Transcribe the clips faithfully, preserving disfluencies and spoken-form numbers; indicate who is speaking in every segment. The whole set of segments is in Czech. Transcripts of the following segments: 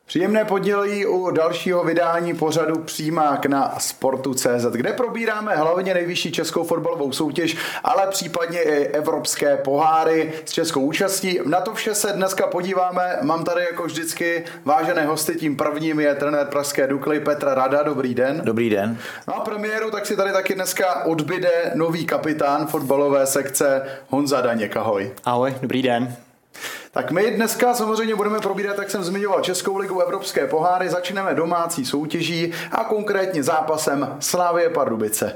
Speaker 1: Příjemné pondělí u dalšího vydání pořadu Přímák na Sportu tečka cé zet, kde probíráme hlavně nejvyšší českou fotbalovou soutěž, ale případně i evropské poháry s českou účastí. Na to vše se dneska podíváme. Mám tady jako vždycky vážené hosty, tím prvním je trenér pražské Dukly Petr Rada. Dobrý den.
Speaker 2: Dobrý den.
Speaker 1: No a premiéru tak si tady taky dneska odbyde nový kapitán fotbalové sekce Honza Daněk. Ahoj.
Speaker 3: Ahoj, dobrý den.
Speaker 1: Tak my dneska samozřejmě budeme probírat, jak jsem zmiňoval, Českou ligu, evropské poháry, začneme domácí soutěží a konkrétně zápasem Slavie Pardubice.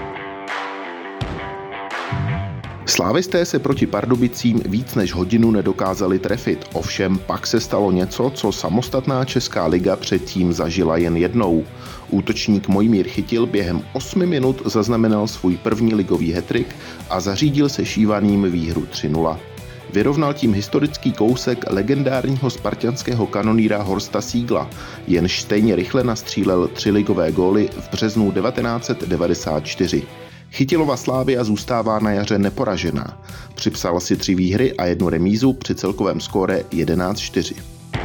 Speaker 4: Slávisté se proti Pardubicím víc než hodinu nedokázali trefit, ovšem pak se stalo něco, co samostatná Česká liga předtím zažila jen jednou. Útočník Mojmír Chytil během osmi minut zaznamenal svůj první ligový hattrick a zařídil se Šívaným výhru tři nula. Vyrovnal tím historický kousek legendárního spartanského kanonýra Horsta Siegla, jenž stejně rychle nastřílel tři ligové góly v březnu devatenáct set devadesát čtyři. Chytilova Slavia zůstává na jaře neporažená. Připsal si tři výhry a jednu remízu při celkovém skóre jedenáct čtyři.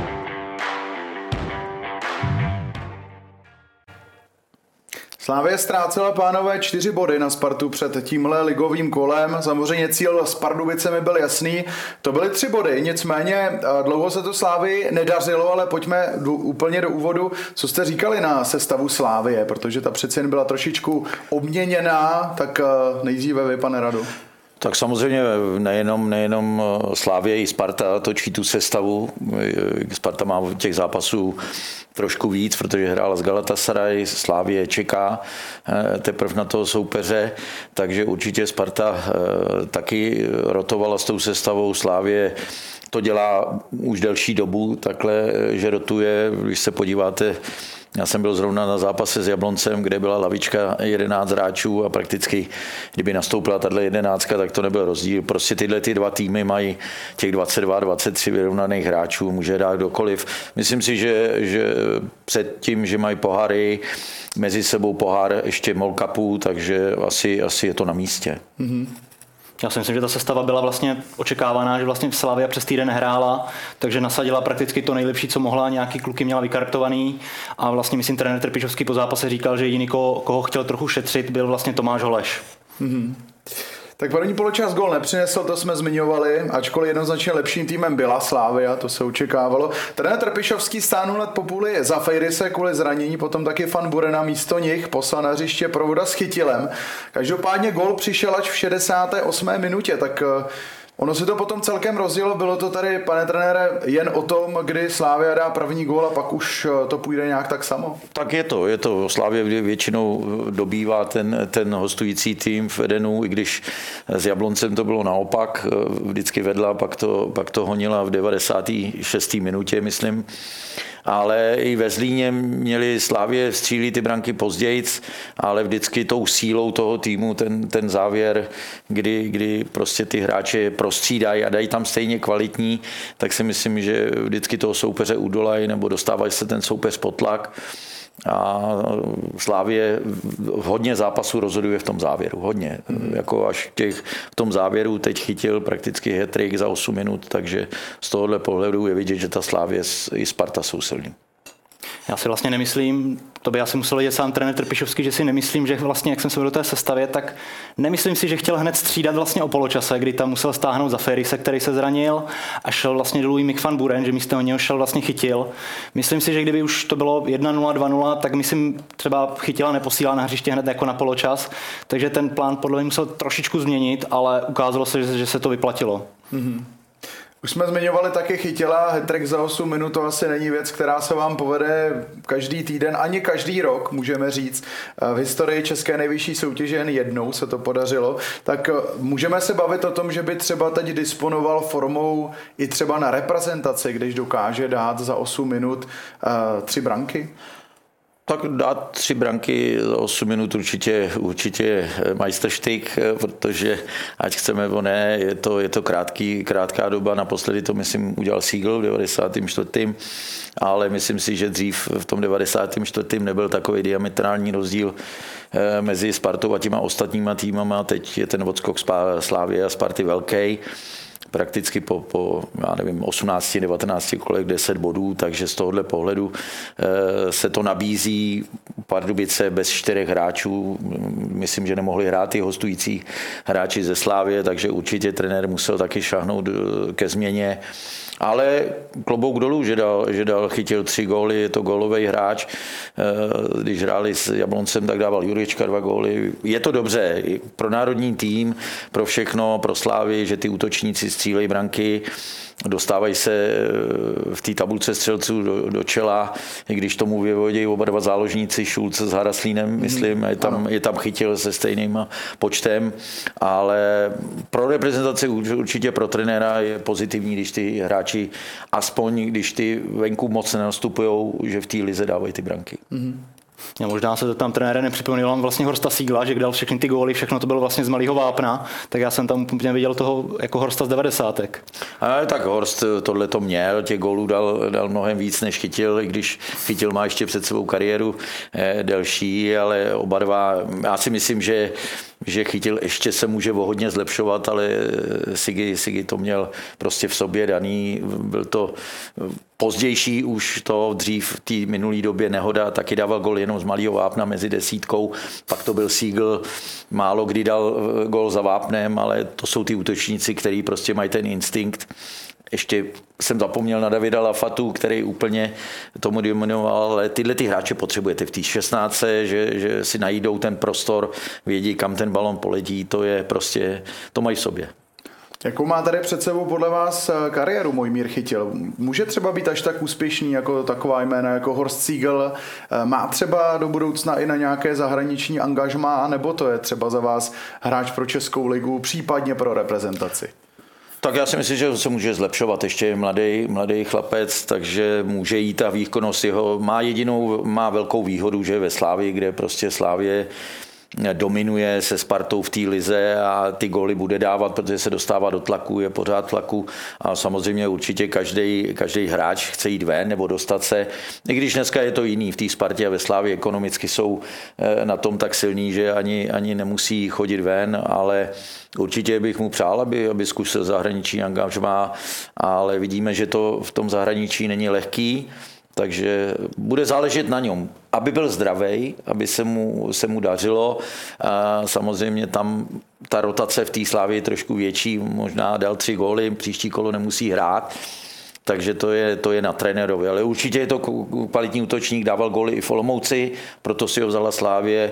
Speaker 1: Slavie ztrácela, pánové, čtyři body na Spartu před tímhle ligovým kolem. Samozřejmě cíl s Pardubicemi byl jasný. To byly tři body, nicméně dlouho se to Slavii nedařilo, ale pojďme do, úplně do úvodu. Co jste říkali na sestavu Slavie, protože ta přece jen byla trošičku obměněná, tak nejdříve vy, pane Rado.
Speaker 2: Tak samozřejmě nejenom, nejenom Slavie, i Sparta točí tu sestavu. Sparta má těch zápasů trošku víc, protože hrála s Galatasaray, Slavie čeká teprve na toho soupeře, takže určitě Sparta taky rotovala s tou sestavou. Slavie to dělá už delší dobu, takhle, že rotuje. Když se podíváte, já jsem byl zrovna na zápase s Jabloncem, kde byla lavička jedenáct hráčů a prakticky, kdyby nastoupila tato jedenáctka, tak to nebyl rozdíl. Prostě tyhle ty dva týmy mají těch dvacet dva dvacet tři vyrovnaných hráčů, může dát kdokoliv. Myslím si, že, že před tím, že mají poháry, mezi sebou pohár ještě Mall Cupu, takže asi, asi je to na místě.
Speaker 3: Mm-hmm. Já si myslím, že ta sestava byla vlastně očekávaná, že vlastně Slavia přes týden nehrála, takže nasadila prakticky to nejlepší, co mohla, nějaký kluky měla vykartovaný a vlastně myslím, trenér Trpišovský po zápase říkal, že jediný, koho, koho chtěl trochu šetřit, byl vlastně Tomáš Holeš.
Speaker 1: Mm-hmm. Tak první poločas gól nepřinesl, to jsme zmiňovali, ačkoliv jednoznačně lepším týmem byla Slavia, to se očekávalo. Trenér Trpišovský stánul let po půli za Fejrise kvůli zranění, potom taky Fan Burena místo nich poslal na hřiště Provoda s Chytilem. Každopádně gól přišel až v šedesáté osmé minutě, tak ono se to potom celkem rozdělo, bylo to tady, pane trenére, jen o tom, kdy Slavia dá první gól a pak už to půjde nějak tak samo?
Speaker 2: Tak je to, je to. Slavia většinou dobývá ten, ten hostující tým v Edenu, i když s Jabloncem to bylo naopak, vždycky vedla, pak to, pak to honila v devadesáté šesté minutě, myslím. Ale i ve Zlíně měli Slavie střílí ty branky pozdějc, ale vždycky tou sílou toho týmu ten, ten závěr, kdy, kdy prostě ty hráče prostřídají a dají tam stejně kvalitní, tak si myslím, že vždycky toho soupeře udolají nebo dostávají se ten soupeř pod tlak. A Slavie hodně zápasů rozhoduje v tom závěru, hodně. Mm. Jako až těch, v tom závěru teď chytil prakticky hat-trick za osm minut, takže z tohohle pohledu je vidět, že ta Slavie i Sparta jsou silný.
Speaker 3: Já si vlastně nemyslím, to by asi musel vědět sám trenér Trpišovský, že si nemyslím, že vlastně, jak jsem se byl do té sestavě, tak nemyslím si, že chtěl hned střídat vlastně o poločase, kdy tam musel stáhnout za Fejrise, který se zranil a šel vlastně dolů i Mick van Buren, že místo něho šel vlastně Chytil. Myslím si, že kdyby už to bylo jedna nula, dva nula, tak myslím třeba Chytila neposílá na hřiště hned jako na poločas, takže ten plán podle mě musel trošičku změnit, ale ukázalo se, že se to vyplatilo.
Speaker 1: Mm-hmm. Už jsme zmiňovali taky Chytila, hat-trick za osm minut, to asi není věc, která se vám povede každý týden, ani každý rok, můžeme říct. V historii české nejvyšší soutěže jen jednou se to podařilo. Tak můžeme se bavit o tom, že by třeba teď disponoval formou i třeba na reprezentaci, když dokáže dát za osm minut uh, tři branky?
Speaker 2: Tak dát tři branky za osm minut určitě, určitě majstrštyk, protože ať chceme nebo ne, je to, je to krátký, krátká doba. Naposledy to, myslím, udělal Siegl v devadesátém čtvrtém ale myslím si, že dřív v tom devadesátém čtvrtém nebyl takový diametrální rozdíl mezi Spartou a těma ostatníma týmama. Teď je ten odskok Slávie a Sparty velký. prakticky po, po já nevím, osmnácti devatenácti kolech deset bodů, takže z tohohle pohledu se to nabízí. Pardubice bez čtyřech hráčů, myslím, že nemohli hrát i hostující hráči ze Slávie, takže určitě trenér musel taky šáhnout ke změně. Ale klobouk dolů, že dal, že dal, chytil tři góly, je to gólový hráč. Když hráli s Jabloncem, tak dával Jurečka dva góly. Je to dobře pro národní tým, pro všechno, pro Slávy, že ty útočníci střílejí branky, dostávají se v té tabulce střelců do, do čela, i když tomu vyvodějí oba dva záložníci, Šulc s Haraslínem, myslím, je tam, je tam chytil se stejným počtem, ale pro reprezentaci, určitě pro trenéra je pozitivní, když ty hráči, aspoň když ty venku moc nenastupujou, že v té lize dávají ty branky. Mm-hmm.
Speaker 3: Já možná se to tam trenére nepřipomněl vlastně Horsta Siegla, že dal všechny ty góly, všechno to bylo vlastně z malého vápna, tak já jsem tam úplně viděl toho jako Horsta z devadesátek.
Speaker 2: Ale tak Horst tohle to měl, těch gólů dal, dal mnohem víc, než chytil, i když chytil má ještě před sebou kariéru eh, delší, ale oba dva, já si myslím, že že chytil, ještě se může o hodně zlepšovat, ale Sigi, Sigi to měl prostě v sobě daný. Byl to pozdější už to dřív v té minulé době nehoda, taky dával gol jenom z malého vápna mezi desítkou, pak to byl Siegl, málo kdy dal gol za vápnem, ale to jsou ty útočníci, kteří prostě mají ten instinkt. Ještě jsem zapomněl na Davida Lafatu, který úplně tomu dominoval, ale tyhle ty hráče potřebujete v té šestnáctce, že, že si najdou ten prostor, vědí, kam ten balon poletí, to je prostě, to mají v sobě.
Speaker 1: Jakou má tady před sebou podle vás kariéru Mojmír Chytil? Může třeba být až tak úspěšný jako taková jména jako Horst Siegl? Má třeba do budoucna i na nějaké zahraniční angažmá, nebo to je třeba za vás hráč pro Českou ligu, případně pro reprezentaci?
Speaker 2: Tak já si myslím, že se může zlepšovat. Ještě je mladý, mladý chlapec, takže může jít ta výkonnost jeho. Má jedinou, má velkou výhodu, že je ve Slávii, kde prostě Slávie dominuje se Spartou v té lize a ty góly bude dávat, protože se dostává do tlaku, je pořád tlaku a samozřejmě určitě každý, každý hráč chce jít ven nebo dostat se. I když dneska je to jiný, v té Spartě a ve Slávii ekonomicky jsou na tom tak silní, že ani, ani nemusí chodit ven, ale určitě bych mu přál, aby, aby zkusil zahraniční angažmá, ale vidíme, že to v tom zahraničí není lehký. Takže bude záležet na něm, aby byl zdravý, aby se mu, se mu dařilo. A samozřejmě tam ta rotace v té Slávii je trošku větší, možná dal tři góly, příští kolo nemusí hrát. Takže to je, to je na trenérovi. Ale určitě je to kvalitní útočník, dával góly i v Olomouci, proto si ho vzala Slávie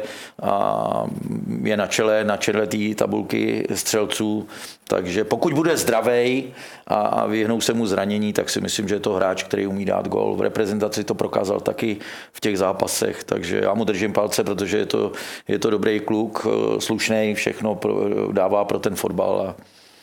Speaker 2: a je na čele, na čele té tabulky střelců. Takže pokud bude zdravej a, a vyhnou se mu zranění, tak si myslím, že je to hráč, který umí dát gól. V reprezentaci to prokázal taky v těch zápasech, takže já mu držím palce, protože je to, je to dobrý kluk, slušnej, všechno pro, dává pro ten fotbal a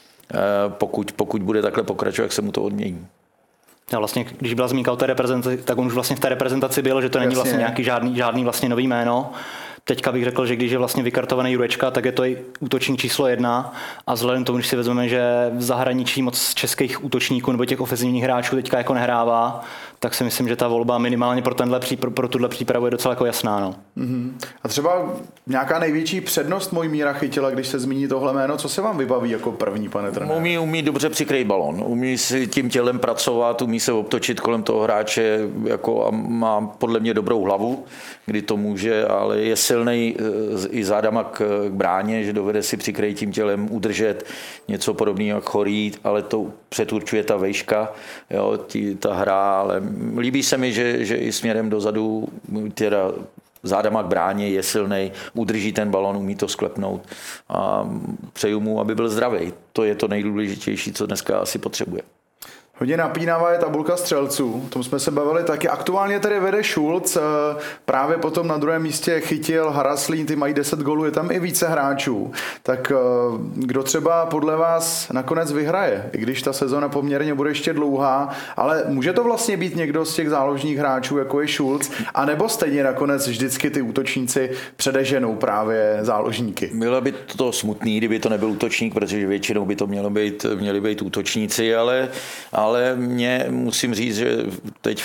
Speaker 2: pokud, pokud bude takhle pokračovat, jak se mu to odmění.
Speaker 3: Já vlastně, když byla zmínka o té reprezentaci, tak on už vlastně v té reprezentaci byl, že to není vlastně nějaký žádný, žádný vlastně nový jméno. Teďka bych řekl, že když je vlastně vykartovaný Jurečka, tak je to i útočník číslo jedna a vzhledem k tomu, když si vezmeme, že v zahraničí moc českých útočníků nebo těch ofenzivních hráčů teďka jako nehrává, tak si myslím, že ta volba minimálně pro, tenhle, pro, pro tuhle přípravu je docela jako jasná. No.
Speaker 1: Mm-hmm. A třeba nějaká největší přednost Mojmíra Chytila, když se zmíní tohle jméno, co se vám vybaví jako první, pane trenére?
Speaker 2: Umí, umí dobře přikrýt balon, umí si tím tělem pracovat, umí se obtočit kolem toho hráče jako a má podle mě dobrou hlavu, kdy to může, ale je silnej i zádama k, k bráně, že dovede si přikrýt tím tělem, udržet něco podobného jak Chorý, ale to předurčuje ta vejška, jo, tí, ta hra, ale líbí se mi, že, že i směrem dozadu teda zádama k bráně je silnej, udrží ten balon, umí to sklepnout a přeju mu, aby byl zdravý. To je to nejdůležitější, co dneska asi potřebuje.
Speaker 1: Hodně napínavá je tabulka střelců, o tom jsme se bavili taky. Aktuálně tedy vede Šulc, právě potom na druhém místě Chytil, Haraslín, ty mají deset gólů, je tam i více hráčů. Tak kdo třeba podle vás nakonec vyhraje, i když ta sezona poměrně bude ještě dlouhá, ale může to vlastně být někdo z těch záložních hráčů, jako je Šulc, anebo stejně nakonec vždycky ty útočníci předeženou právě záložníky?
Speaker 2: Bylo by to smutný, kdyby to nebyl útočník, protože většinou by to mělo být, měli být útočníci, ale Ale mě musím říct, že teď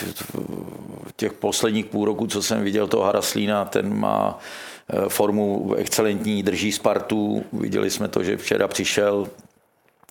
Speaker 2: v těch posledních půl roku, co jsem viděl toho Haraslína, ten má formu excelentní, drží Spartu. Viděli jsme to, že včera přišel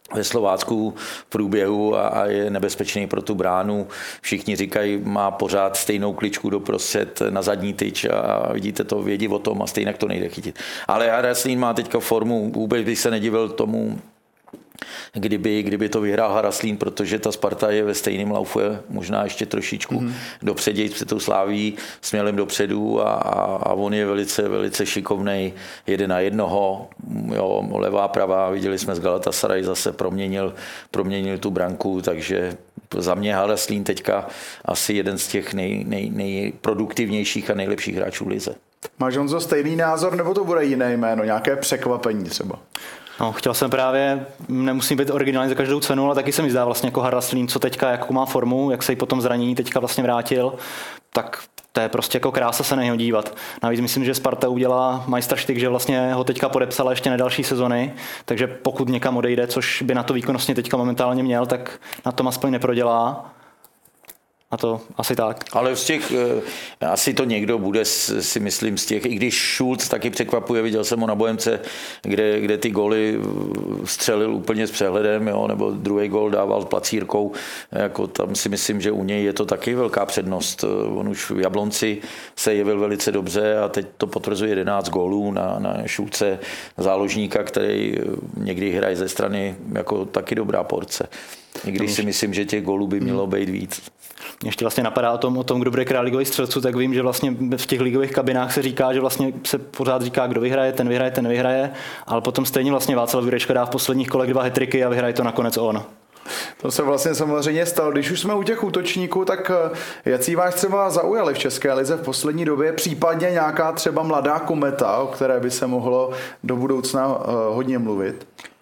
Speaker 2: ve Slovácku v průběhu a, a je nebezpečný pro tu bránu. Všichni říkají, má pořád stejnou kličku doprostřed na zadní tyč a vidíte to, vědí o tom a stejně to nejde chytit. Ale Haraslín má teďka formu, vůbec bych se nedivil tomu, Kdyby, kdyby to vyhrál Haraslín, protože ta Sparta je ve stejném laufu, možná ještě trošičku mm-hmm. dopřeději před tou Sláví, smělem dopředu a, a on je velice, velice šikovnej, jede na jednoho, jo, levá, pravá, viděli jsme z Galatasaray, zase proměnil, proměnil tu branku, takže za mě Haraslín teďka asi jeden z těch nej, nej, nejproduktivnějších a nejlepších hráčů v lize.
Speaker 1: Máš, Honzo, stejný názor, nebo to bude jiné jméno, nějaké překvapení třeba?
Speaker 3: No, chtěl jsem právě, nemusím být originální za každou cenu, ale taky se mi zdá vlastně jako Haraslín, co teďka, jakou má formu, jak se jí potom zranění teďka vlastně vrátil, tak to je prostě jako krása se na něho dívat. Navíc myslím, že Sparta udělá majstrštyk, že vlastně ho teďka podepsala ještě na další sezony, takže pokud někam odejde, což by na to výkonnostně teďka momentálně měl, tak na tom aspoň neprodělá. A to asi tak.
Speaker 2: Ale z těch, asi to někdo bude, si myslím, z těch, i když Schulz taky překvapuje, viděl jsem ho na Bohemce, kde, kde ty góly střelil úplně s přehledem, jo, nebo druhý gól dával placírkou, jako tam si myslím, že u něj je to taky velká přednost. On už v Jablonci se jevil velice dobře a teď to potvrzuje jedenáct gólů na, na Schulze, záložníka, který někdy hraje ze strany jako taky dobrá porce. I když si myslím, že těch gólů by mělo být víc.
Speaker 3: Mě ještě vlastně napadá o tom, o tom, kdo bude král ligových střelců, tak vím, že vlastně v těch ligových kabinách se říká, že vlastně se pořád říká, kdo vyhraje, ten vyhraje, ten vyhraje, ale potom stejně vlastně Václav Jurečka dá v posledních kolech dva hat-tricky a vyhraje to nakonec on.
Speaker 1: To se vlastně samozřejmě stalo. Když už jsme u těch útočníků, tak jací vás třeba zaujali v České lize v poslední době, případně nějaká třeba mladá kometa, o které by se mohlo do budoucna hodně mluvit?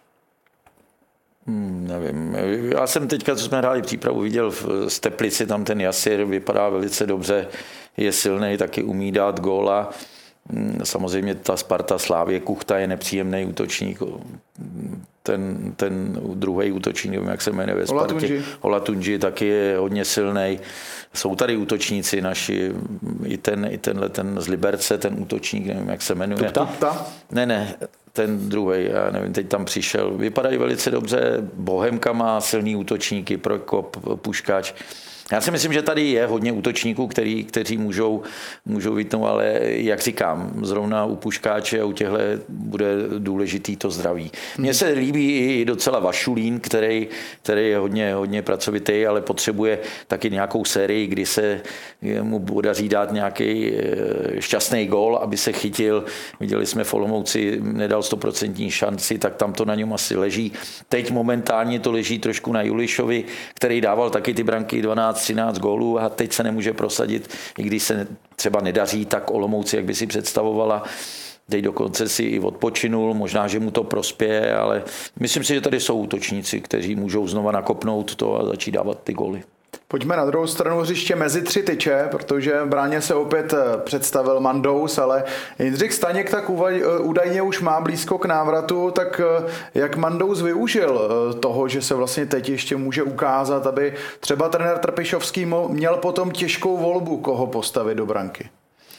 Speaker 2: Hmm, nevím. Já jsem teďka, co jsme hráli přípravu, viděl v Teplici, tam ten Jasir vypadá velice dobře, je silný, taky umí dát góla. Samozřejmě ta Sparta, Slávie, Kuchta je nepříjemný útočník. Ten, ten druhý útočník, nevím, jak se jmenuje ve Spartě. Olatunji taky je hodně silný. Jsou tady útočníci naši, i, ten, i tenhle ten z Liberce, ten útočník, nevím, jak se jmenuje.
Speaker 1: Tupta?
Speaker 2: Ne, ne, ten druhý, já nevím, teď tam přišel. Vypadají velice dobře, Bohemka má silný útočníky, Prokop, Puškáč. Já si myslím, že tady je hodně útočníků, který, kteří můžou, můžou vytnout, ale jak říkám, zrovna u Puškáče a u těchto bude důležitý to zdraví. Mně se líbí i docela Vašulín, který, který je hodně, hodně pracovitý, ale potřebuje taky nějakou sérii, kdy se mu podaří dát nějaký šťastný gól, aby se chytil. Viděli jsme v Olomouci, nedal stoprocentní šanci, tak tam to na něm asi leží. Teď momentálně to leží trošku na Julišovi, který dával taky ty branky dvanáct třináct gólů a teď se nemůže prosadit, i když se třeba nedaří tak Olomouci, jak by si představovala. Teď dokonce si i odpočinul, možná, že mu to prospěje, ale myslím si, že tady jsou útočníci, kteří můžou znova nakopnout to a začít dávat ty góly.
Speaker 1: Pojďme na druhou stranu hřiště mezi tři tyče, protože v bráně se opět představil Mandous, ale Jindřich Staněk tak údajně už má blízko k návratu, tak jak Mandous využil toho, že se vlastně teď ještě může ukázat, aby třeba trenér Trpišovský měl potom těžkou volbu, koho postavit do branky?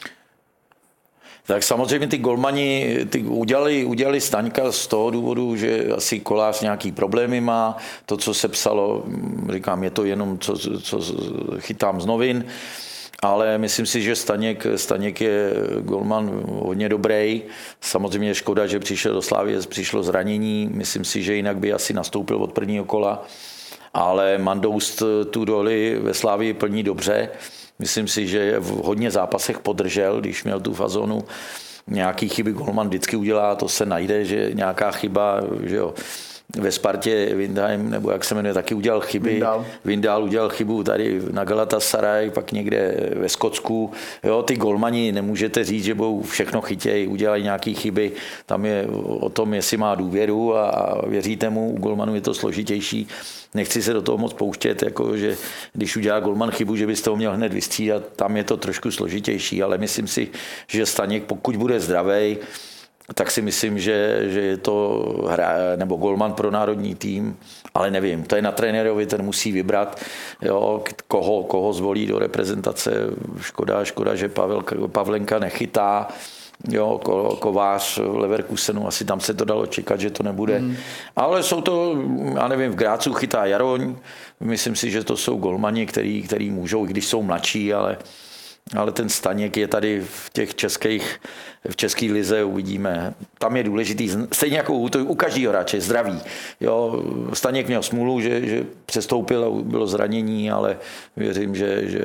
Speaker 2: Tak samozřejmě ty golmani ty udělali, udělali Staňka z toho důvodu, že asi Kolář nějaký problémy má. To, co se psalo, říkám, je to jenom, co, co chytám z novin, ale myslím si, že Staněk, Staněk je golman hodně dobrý. Samozřejmě je škoda, že přišel do Slávie, přišlo zranění. Myslím si, že jinak by asi nastoupil od prvního kola, ale Mandous tu roli ve Slávii plní dobře. Myslím si, že v hodně zápasech podržel, když měl tu fazonu. Nějaký chyby golman vždycky udělá, to se najde, že nějaká chyba, že jo. Ve Spartě Windheim, nebo jak se jmenuje, taky udělal chyby.
Speaker 1: Vindal.
Speaker 2: Vindal udělal chybu tady na Galatasaray, pak někde ve Skotsku. Jo, ty golmani nemůžete říct, že budou všechno chytějí, udělají nějaké chyby. Tam je o tom, jestli má důvěru a věříte mu, u golmanu je to složitější. Nechci se do toho moc pouštět, jako že když udělá golman chybu, že byste ho měl hned vystřídat, tam je to trošku složitější, ale myslím si, že Staněk, pokud bude zdravý, tak si myslím, že, že je to hra, nebo golman pro národní tým, ale nevím, to je na trenérovi, ten musí vybrat, jo, koho, koho zvolí do reprezentace. Škoda, škoda, že Pavel, Pavlenka nechytá, Jo, Kovář v Leverkusenu, asi tam se to dalo čekat, že to nebude. Hmm. Ale jsou to, já nevím, v Grácu chytá Jaroň. Myslím si, že to jsou golmani, který, který můžou, i když jsou mladší, ale, ale ten Staněk je tady v těch českých, v české lize, uvidíme. Tam je důležitý, stejně jako u, to, u každého hráče, zdraví. Jo, Staněk měl smůlu, že, že přestoupil a bylo zranění, ale věřím, že, že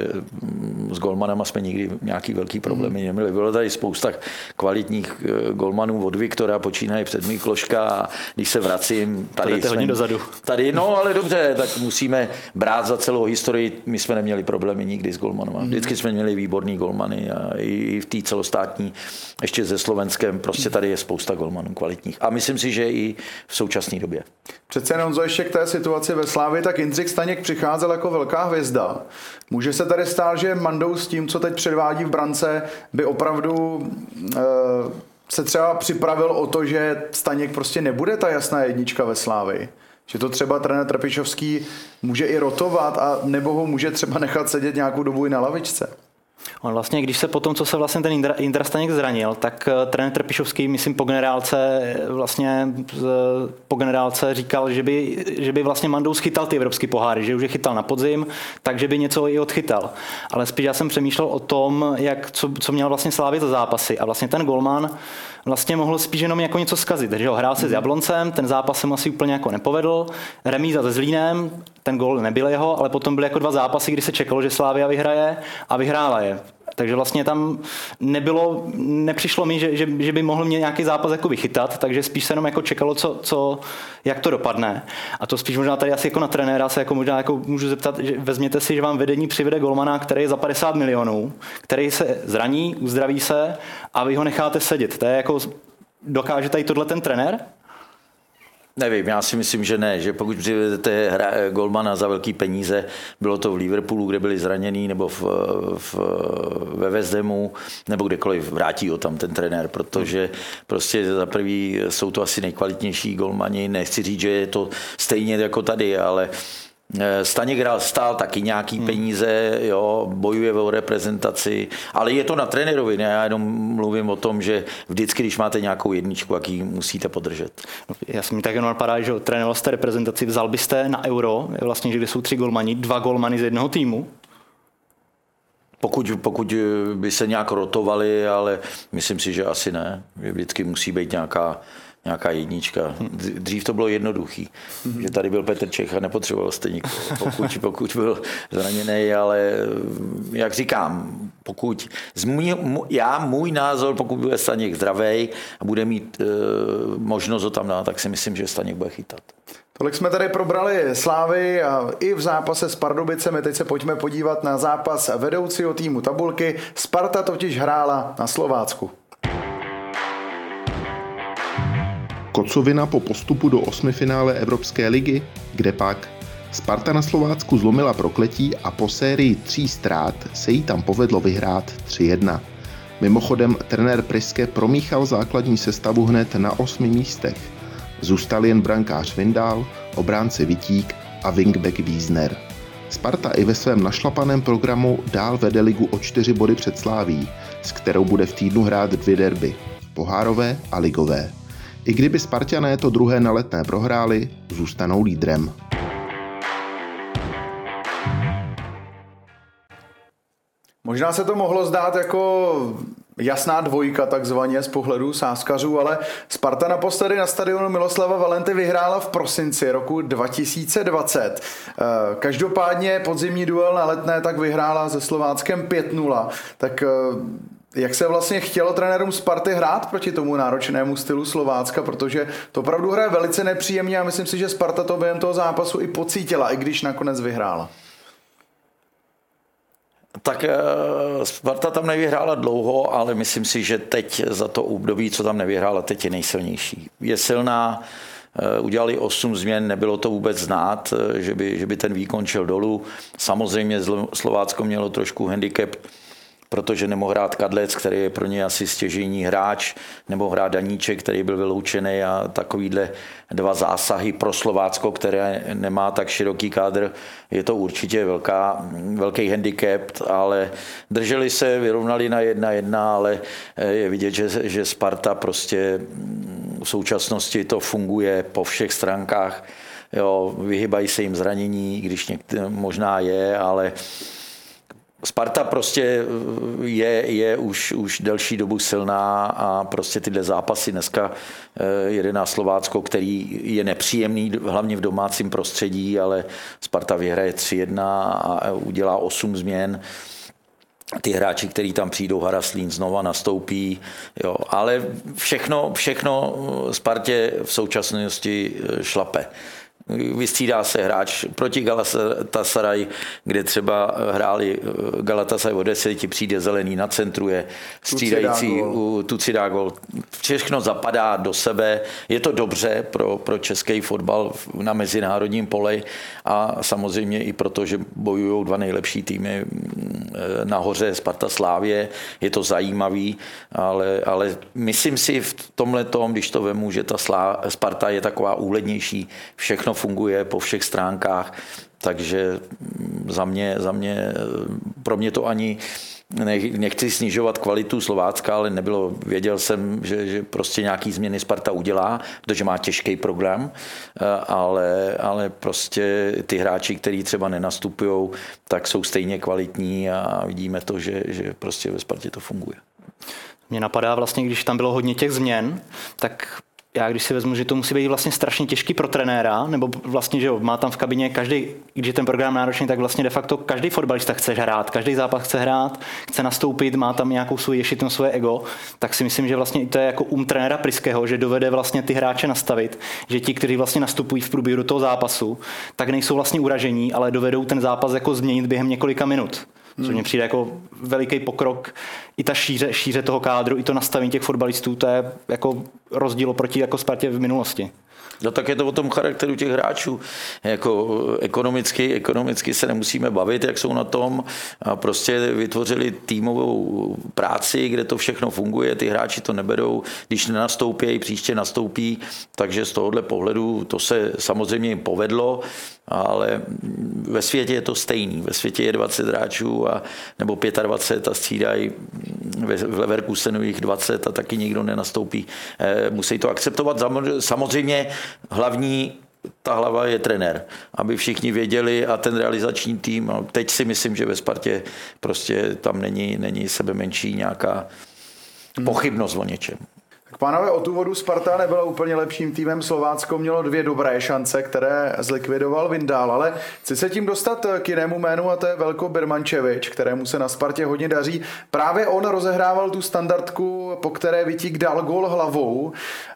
Speaker 2: s golmanama jsme nikdy nějaký velký problémy neměli. Bylo tady spousta kvalitních golmanů od Viktora, počínají před Mikloška a když se vracím, tady
Speaker 3: jsme, hodně dozadu.
Speaker 2: Tady, no ale dobře, tak musíme brát za celou historii, my jsme neměli problémy nikdy s golmanama. Vždycky jsme měli výborný golmany a i v té celostátní, ještě ze Slovenskem, prostě tady je spousta golmanů kvalitních. A myslím si, že i v současné době.
Speaker 1: Přece jenom ještě k té situaci ve Slávii, tak Jindřich Staněk přicházel jako velká hvězda. Může se tady stát, že Mandou s tím, co teď předvádí v brance, by opravdu e, se třeba připravil o to, že Staněk prostě nebude ta jasná jednička ve Slávii? Že to třeba trenér Trpišovský může i rotovat a nebo ho může třeba nechat sedět nějakou dobu i na lavičce?
Speaker 3: On vlastně, když se potom, co se vlastně ten Indra, Indra Staněk zranil, tak trenér Trpišovský, myslím po generálce, vlastně po generálce říkal, že by, že by vlastně Mandou schytal ty evropský poháry, že už je chytal na podzim, takže by něco i odchytal. Ale spíš já jsem přemýšlel o tom, jak, co, co měl vlastně Slávě za zápasy. A vlastně ten golman vlastně mohl spíš jenom jako něco zkazit. Takže ho hrál se s Jabloncem, ten zápas se mu asi úplně jako nepovedl. Remíza se Zlínem, ten gól nebyl jeho, ale potom byly jako dva zápasy, kdy se čekalo, že Slavia vyhraje a vyhrála je. Takže vlastně tam nebylo, nepřišlo mi, že, že, že by mohl mě nějaký zápas jako vychytat, takže spíš se jenom jako čekalo, co, co, jak to dopadne. A to spíš možná tady asi jako na trenéra se jako možná jako můžu zeptat, že vezměte si, že vám vedení přivede golmana, který je za padesát milionů, který se zraní, uzdraví se a vy ho necháte sedět. To je jako, dokáže tady tohle ten trenér?
Speaker 2: Nevím, já si myslím, že ne, že pokud přivedete hra, golmana za velký peníze, bylo to v Liverpoolu, kde byli zranění, nebo v, v, ve West Hamu, nebo kdekoliv, vrátí ho tam ten trenér, protože prostě za prvý jsou to asi nejkvalitnější golmani, nechci říct, že je to stejně jako tady, ale Staněk hrál stál taky nějaký hmm. peníze, jo, bojuje o reprezentaci, ale je to na trenérovi, ne? Já jenom mluvím o tom, že vždycky, když máte nějakou jedničku, jak ji musíte podržet.
Speaker 3: Já jsem mi tak jenom napadá, že trénoval jste reprezentaci, vzal byste na Euro, vlastně, že kde jsou tři golmani, dva golmani z jednoho týmu?
Speaker 2: Pokud, pokud by se nějak rotovali, ale myslím si, že asi ne. Vždycky musí být nějaká nějaká jednička. Dřív to bylo jednoduchý, mm-hmm. že tady byl Petr Čech a nepotřeboval jste nikoho, pokud, pokud byl zraněný, ale jak říkám, pokud, můj, já, můj názor, pokud bude Staněk zdravej a bude mít e, možnost ho tam dát, tak si myslím, že Staněk bude chytat.
Speaker 1: Tolik jsme tady probrali Slávy a i v zápase s Pardubicemi. Teď se pojďme podívat na zápas vedoucího týmu tabulky. Sparta totiž hrála na Slovácku.
Speaker 4: Kocovina po postupu do osmifinále Evropské ligy, kde pak Sparta na Slovácku zlomila prokletí a po sérii tří ztrát se jí tam povedlo vyhrát tři jedna. Mimochodem trenér Priske promíchal základní sestavu hned na osmi místech. Zůstal jen brankář Vindál, obránce Vitík a wingback Wiesner. Sparta i ve svém našlapaném programu dál vede ligu o čtyři body před Slavií, s kterou bude v týdnu hrát dvě derby, pohárové a ligové. I kdyby Spartané to druhé na Letné prohráli, zůstanou lídrem.
Speaker 1: Možná se to mohlo zdát jako jasná dvojka takzvaně z pohledu sázkařů, ale Sparta naposledy na stadionu Miloslava Valenty vyhrála v prosinci roku dva tisíce dvacet. Každopádně podzimní duel na Letné tak vyhrála se Slováckem pět nula. Tak jak se vlastně chtělo trenérům Sparty hrát proti tomu náročnému stylu Slovácka, protože to opravdu hraje velice nepříjemně a myslím si, že Sparta to během toho zápasu i pocítila, i když nakonec vyhrála.
Speaker 2: Tak Sparta tam nevyhrála dlouho, ale myslím si, že teď za to období, co tam nevyhrála, teď je nejsilnější. Je silná, udělali osm změn, nebylo to vůbec znát, že by, že by ten výkon šel dolů. Samozřejmě Slovácko mělo trošku handicap protože nemohl hrát Kadlec, který je pro ně asi stěžejní hráč, nebo hrát Daníček, který byl vyloučený a takovýhle dva zásahy pro Slovácko, které nemá tak široký kádr, je to určitě velká, velký handicap, ale drželi se, vyrovnali na jedna jedna, ale je vidět, že, že Sparta prostě v současnosti to funguje po všech stránkách. Jo, vyhybají se jim zranění, když někde možná je, ale Sparta prostě je, je už, už delší dobu silná a prostě tyhle zápasy dneska jede na Slovácko, který je nepříjemný, hlavně v domácím prostředí, ale Sparta vyhraje tři jedna a udělá osm změn. Ty hráči, kteří tam přijdou, Haraslín znova nastoupí, jo, ale všechno, všechno Spartě v současnosti šlape. Vystřídá se hráč proti Galatasaray, kde třeba hráli Galatasaray o deseti, přijde zelený, nacentruje, střídající, Tuci dá gol. Všechno zapadá do sebe, je to dobře pro, pro český fotbal na mezinárodním poli a samozřejmě i proto, že bojují dva nejlepší týmy nahoře, Sparta Slávie, je to zajímavý, ale, ale myslím si v tomhletom, když to vemu, že ta Slá, Sparta je taková úlednější, všechno funguje po všech stránkách, takže za mě, za mě pro mě to ani nechci snižovat kvalitu Slovácka, ale nebylo, věděl jsem, že, že prostě nějaký změny Sparta udělá, protože má těžký program, ale, ale prostě ty hráči, kteří třeba nenastupují, tak jsou stejně kvalitní a vidíme to, že, že prostě ve Spartě to funguje.
Speaker 3: Mě napadá vlastně, když tam bylo hodně těch změn, tak já když si vezmu, že to musí být vlastně strašně těžký pro trenéra, nebo vlastně, že jo, má tam v kabině každý, když je ten program náročný, tak vlastně de facto každý fotbalista chce hrát, každý zápas chce hrát, chce nastoupit, má tam nějakou svou ješitnou svoje ego, tak si myslím, že vlastně to je jako um trenéra Pryského, že dovede vlastně ty hráče nastavit, že ti, kteří vlastně nastupují v průběhu toho zápasu, tak nejsou vlastně uražení, ale dovedou ten zápas jako změnit během několika minut. Což mně přijde jako veliký pokrok. I ta šíře, šíře toho kádru, i to nastavení těch fotbalistů, to je jako rozdíl oproti jako Spartě v minulosti.
Speaker 2: No tak je to o tom charakteru těch hráčů. Jako ekonomicky, ekonomicky se nemusíme bavit, jak jsou na tom. A prostě vytvořili týmovou práci, kde to všechno funguje. Ty hráči to neberou, když nenastoupí, příště nastoupí. Takže z tohohle pohledu to se samozřejmě jim povedlo, ale ve světě je to stejný. Ve světě je dvacet hráčů a, nebo dvacet pět a střídají v Leverkusenu jich dvacet a taky nikdo nenastoupí. Musí to akceptovat. Samozřejmě hlavní ta hlava je trenér, aby všichni věděli a ten realizační tým. Teď si myslím, že ve Spartě prostě tam není, není sebe menší nějaká pochybnost o něčem.
Speaker 1: Tak pánové, od úvodu Sparta nebyla úplně lepším týmem. Slovácko mělo dvě dobré šance, které zlikvidoval Vindál, ale chci se tím dostat k jinému jménu a to je Velko Birmančevič, kterému se na Spartě hodně daří. Právě on rozehrával tu standardku, po které Vitík dal gól hlavou.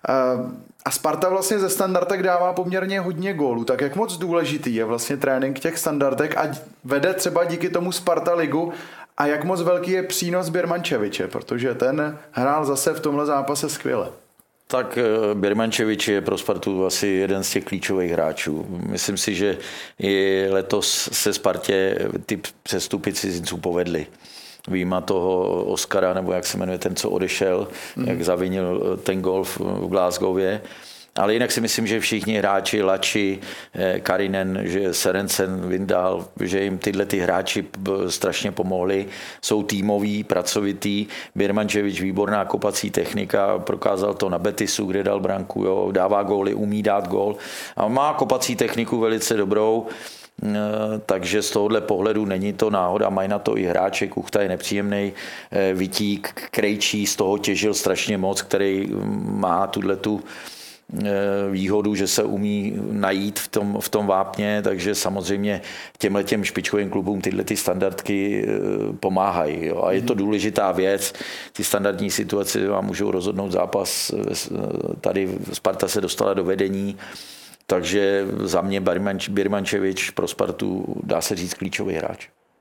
Speaker 1: A Sparta vlastně ze standardek dává poměrně hodně gólů. Tak jak moc důležitý je vlastně trénink těch standardek a vede třeba díky tomu Sparta ligu a jak moc velký je přínos Birmančeviče, protože ten hrál zase v tomhle zápase skvěle.
Speaker 2: Tak Birmančevič je pro Spartu asi jeden z těch klíčových hráčů. Myslím si, že i letos se Spartě ty přestupy cizinců povedly. Výjima toho Oskara, nebo jak se jmenuje ten, co odešel, mm. jak zavinil ten gól v Glasgowě. Ale jinak si myslím, že všichni hráči, Lači, Karinen, že Serencen, Vindal, že jim tyhle ty hráči strašně pomohli. Jsou týmoví, pracovitý. Birmančevič, výborná kopací technika, prokázal to na Betisu, kde dal branku, jo, dává góly, umí dát gól. A má kopací techniku velice dobrou. Takže z tohohle pohledu není to náhoda, mají na to i hráče, Kuchta je nepříjemný, Vitík, Krejčí z toho těžil strašně moc, který má tuhletu výhodu, že se umí najít v tom, v tom vápně, takže samozřejmě těmhletěm špičkovým klubům tyhle ty standardky pomáhají. Jo. A je to důležitá věc, ty standardní situace vám můžou rozhodnout zápas, tady Sparta se dostala do vedení, takže za mě Birmančevič pro Spartu dá se říct klíčový hráč.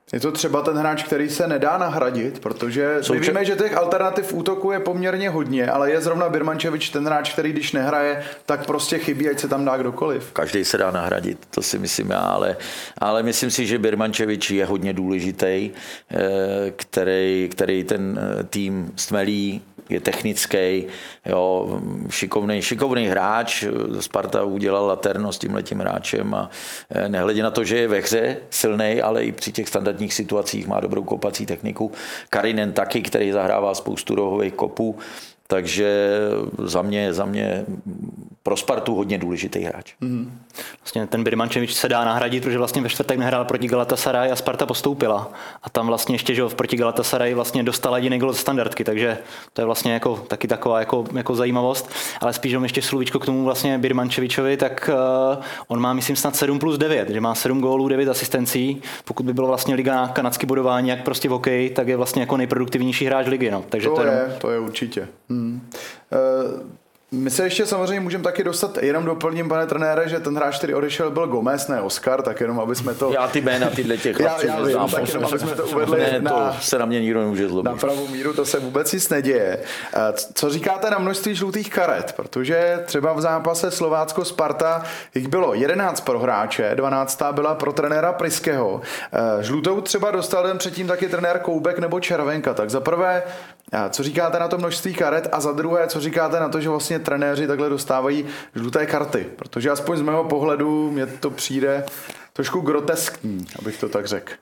Speaker 1: Je to třeba ten hráč, který se nedá nahradit, protože my víme, že těch alternativ útoku je poměrně hodně, ale je zrovna Birmančevič ten hráč, který když nehraje, tak prostě chybí, ať se tam dá kdokoliv.
Speaker 2: Každý se dá nahradit, to si myslím já, ale, ale myslím si, že Birmančevič je hodně důležitý, který, který ten tým stmelí, je technický, jo, šikovný, šikovný hráč. Sparta udělala laterno s tímhletím hráčem a nehledě na to, že je ve hře silnej, ale i při těch standardních situacích má dobrou kopací techniku. Karinen taky, který zahrává spoustu rohových kopů, takže za mě, za mě pro Spartu hodně důležitý hráč.
Speaker 3: Mm. Vlastně ten Birmančevič se dá nahradit, protože vlastně ve čtvrtek nehrál proti Galatasaray a Sparta postoupila. A tam vlastně ještě, že proti Galatasaray vlastně dostala jediný gol ze standardky, takže to je vlastně jako, taky taková jako, jako zajímavost. Ale spíš jenom ještě slovíčko k tomu vlastně Birmančevičovi, tak uh, on má myslím snad sedm plus devět, že má sedm gólů, devět asistencí. Pokud by bylo vlastně liga na kanadský bodování, jak prostě v hokeji, tak je vlastně jako nejproduktivnější hráč ligy. No. Takže
Speaker 1: to,
Speaker 3: to,
Speaker 1: je,
Speaker 3: jenom...
Speaker 1: to je určitě. Hmm. Uh... My se ještě samozřejmě můžeme taky dostat, jenom doplním, pane trenére, že ten hráč, který odešel, byl Gomez, ne Oscar, tak jenom aby jsme to...
Speaker 2: Já ty jména tyhle těch chlapců
Speaker 1: já, já vím, tak jenom aby jsme to uvedli
Speaker 2: ne,
Speaker 1: na,
Speaker 2: to se na mě nikdo nemůže zlobit.
Speaker 1: Na pravou míru, to se vůbec nic neděje. Co říkáte na množství žlutých karet? Protože třeba v zápase Slovácko-Sparta jich bylo jedenáct pro hráče, dvanáctá byla pro trenéra Pryského. Žlutou třeba dostal den předtím taky trenér Koubek nebo Červenka. Tak za prvé, co říkáte na to množství karet a za druhé, co říkáte na to, že vlastně trenéři takhle dostávají žluté karty? Protože aspoň z mého pohledu mě to přijde trošku groteskní, abych to tak řekl.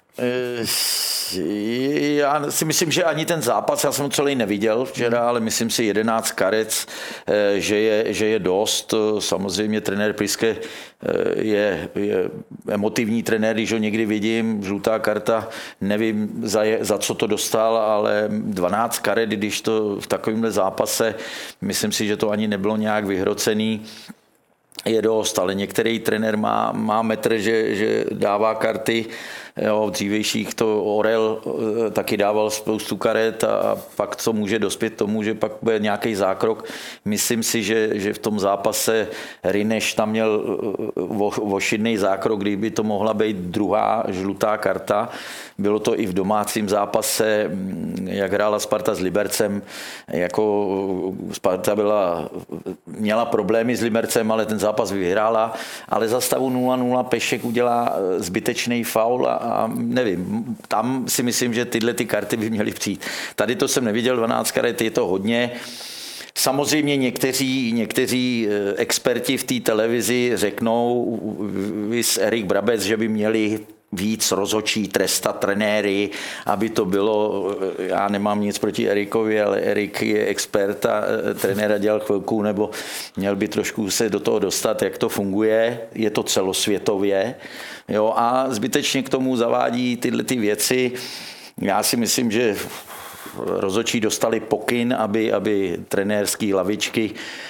Speaker 2: Já si myslím, že ani ten zápas, já jsem celý neviděl včera, ale myslím si jedenáct karet, že je, že je dost. Samozřejmě trenér Pryske je, je emotivní trenér, když ho někdy vidím, žlutá karta, nevím za, je, za co to dostal, ale dvanáct karet, když to v takovémhle zápase, myslím si, že to ani nebylo nějak vyhrocený, je dost, ale některý trenér má, má metr, že, že dává karty. Jo, v dřívějších to Orel taky dával spoustu karet a pak co může dospět tomu, že pak bude nějaký zákrok. Myslím si, že, že v tom zápase Rineš tam měl ošidný zákrok, kdyby to mohla být druhá žlutá karta. Bylo to i v domácím zápase, jak hrála Sparta s Libercem. Jako Sparta byla, měla problémy s Libercem, ale ten zápas vyhrála. Ale za stavu nula nula Pešek udělá zbytečný faul a a nevím, tam si myslím, že tyhle ty karty by měly přijít. Tady to jsem neviděl, dvanáct karet, je to hodně. Samozřejmě někteří, někteří experti v té televizi řeknou, vys Erik Brabec, že by měli víc rozhodčí trestat trenéry, aby to bylo, já nemám nic proti Erikovi, ale Erik je expert a trenéra dělal chvilku, nebo měl by trošku se do toho dostat, jak to funguje, je to celosvětově, jo, a zbytečně k tomu zavádí tyhle ty věci. Já si myslím, že rozhodčí dostali pokyn, aby, aby trenérský lavičky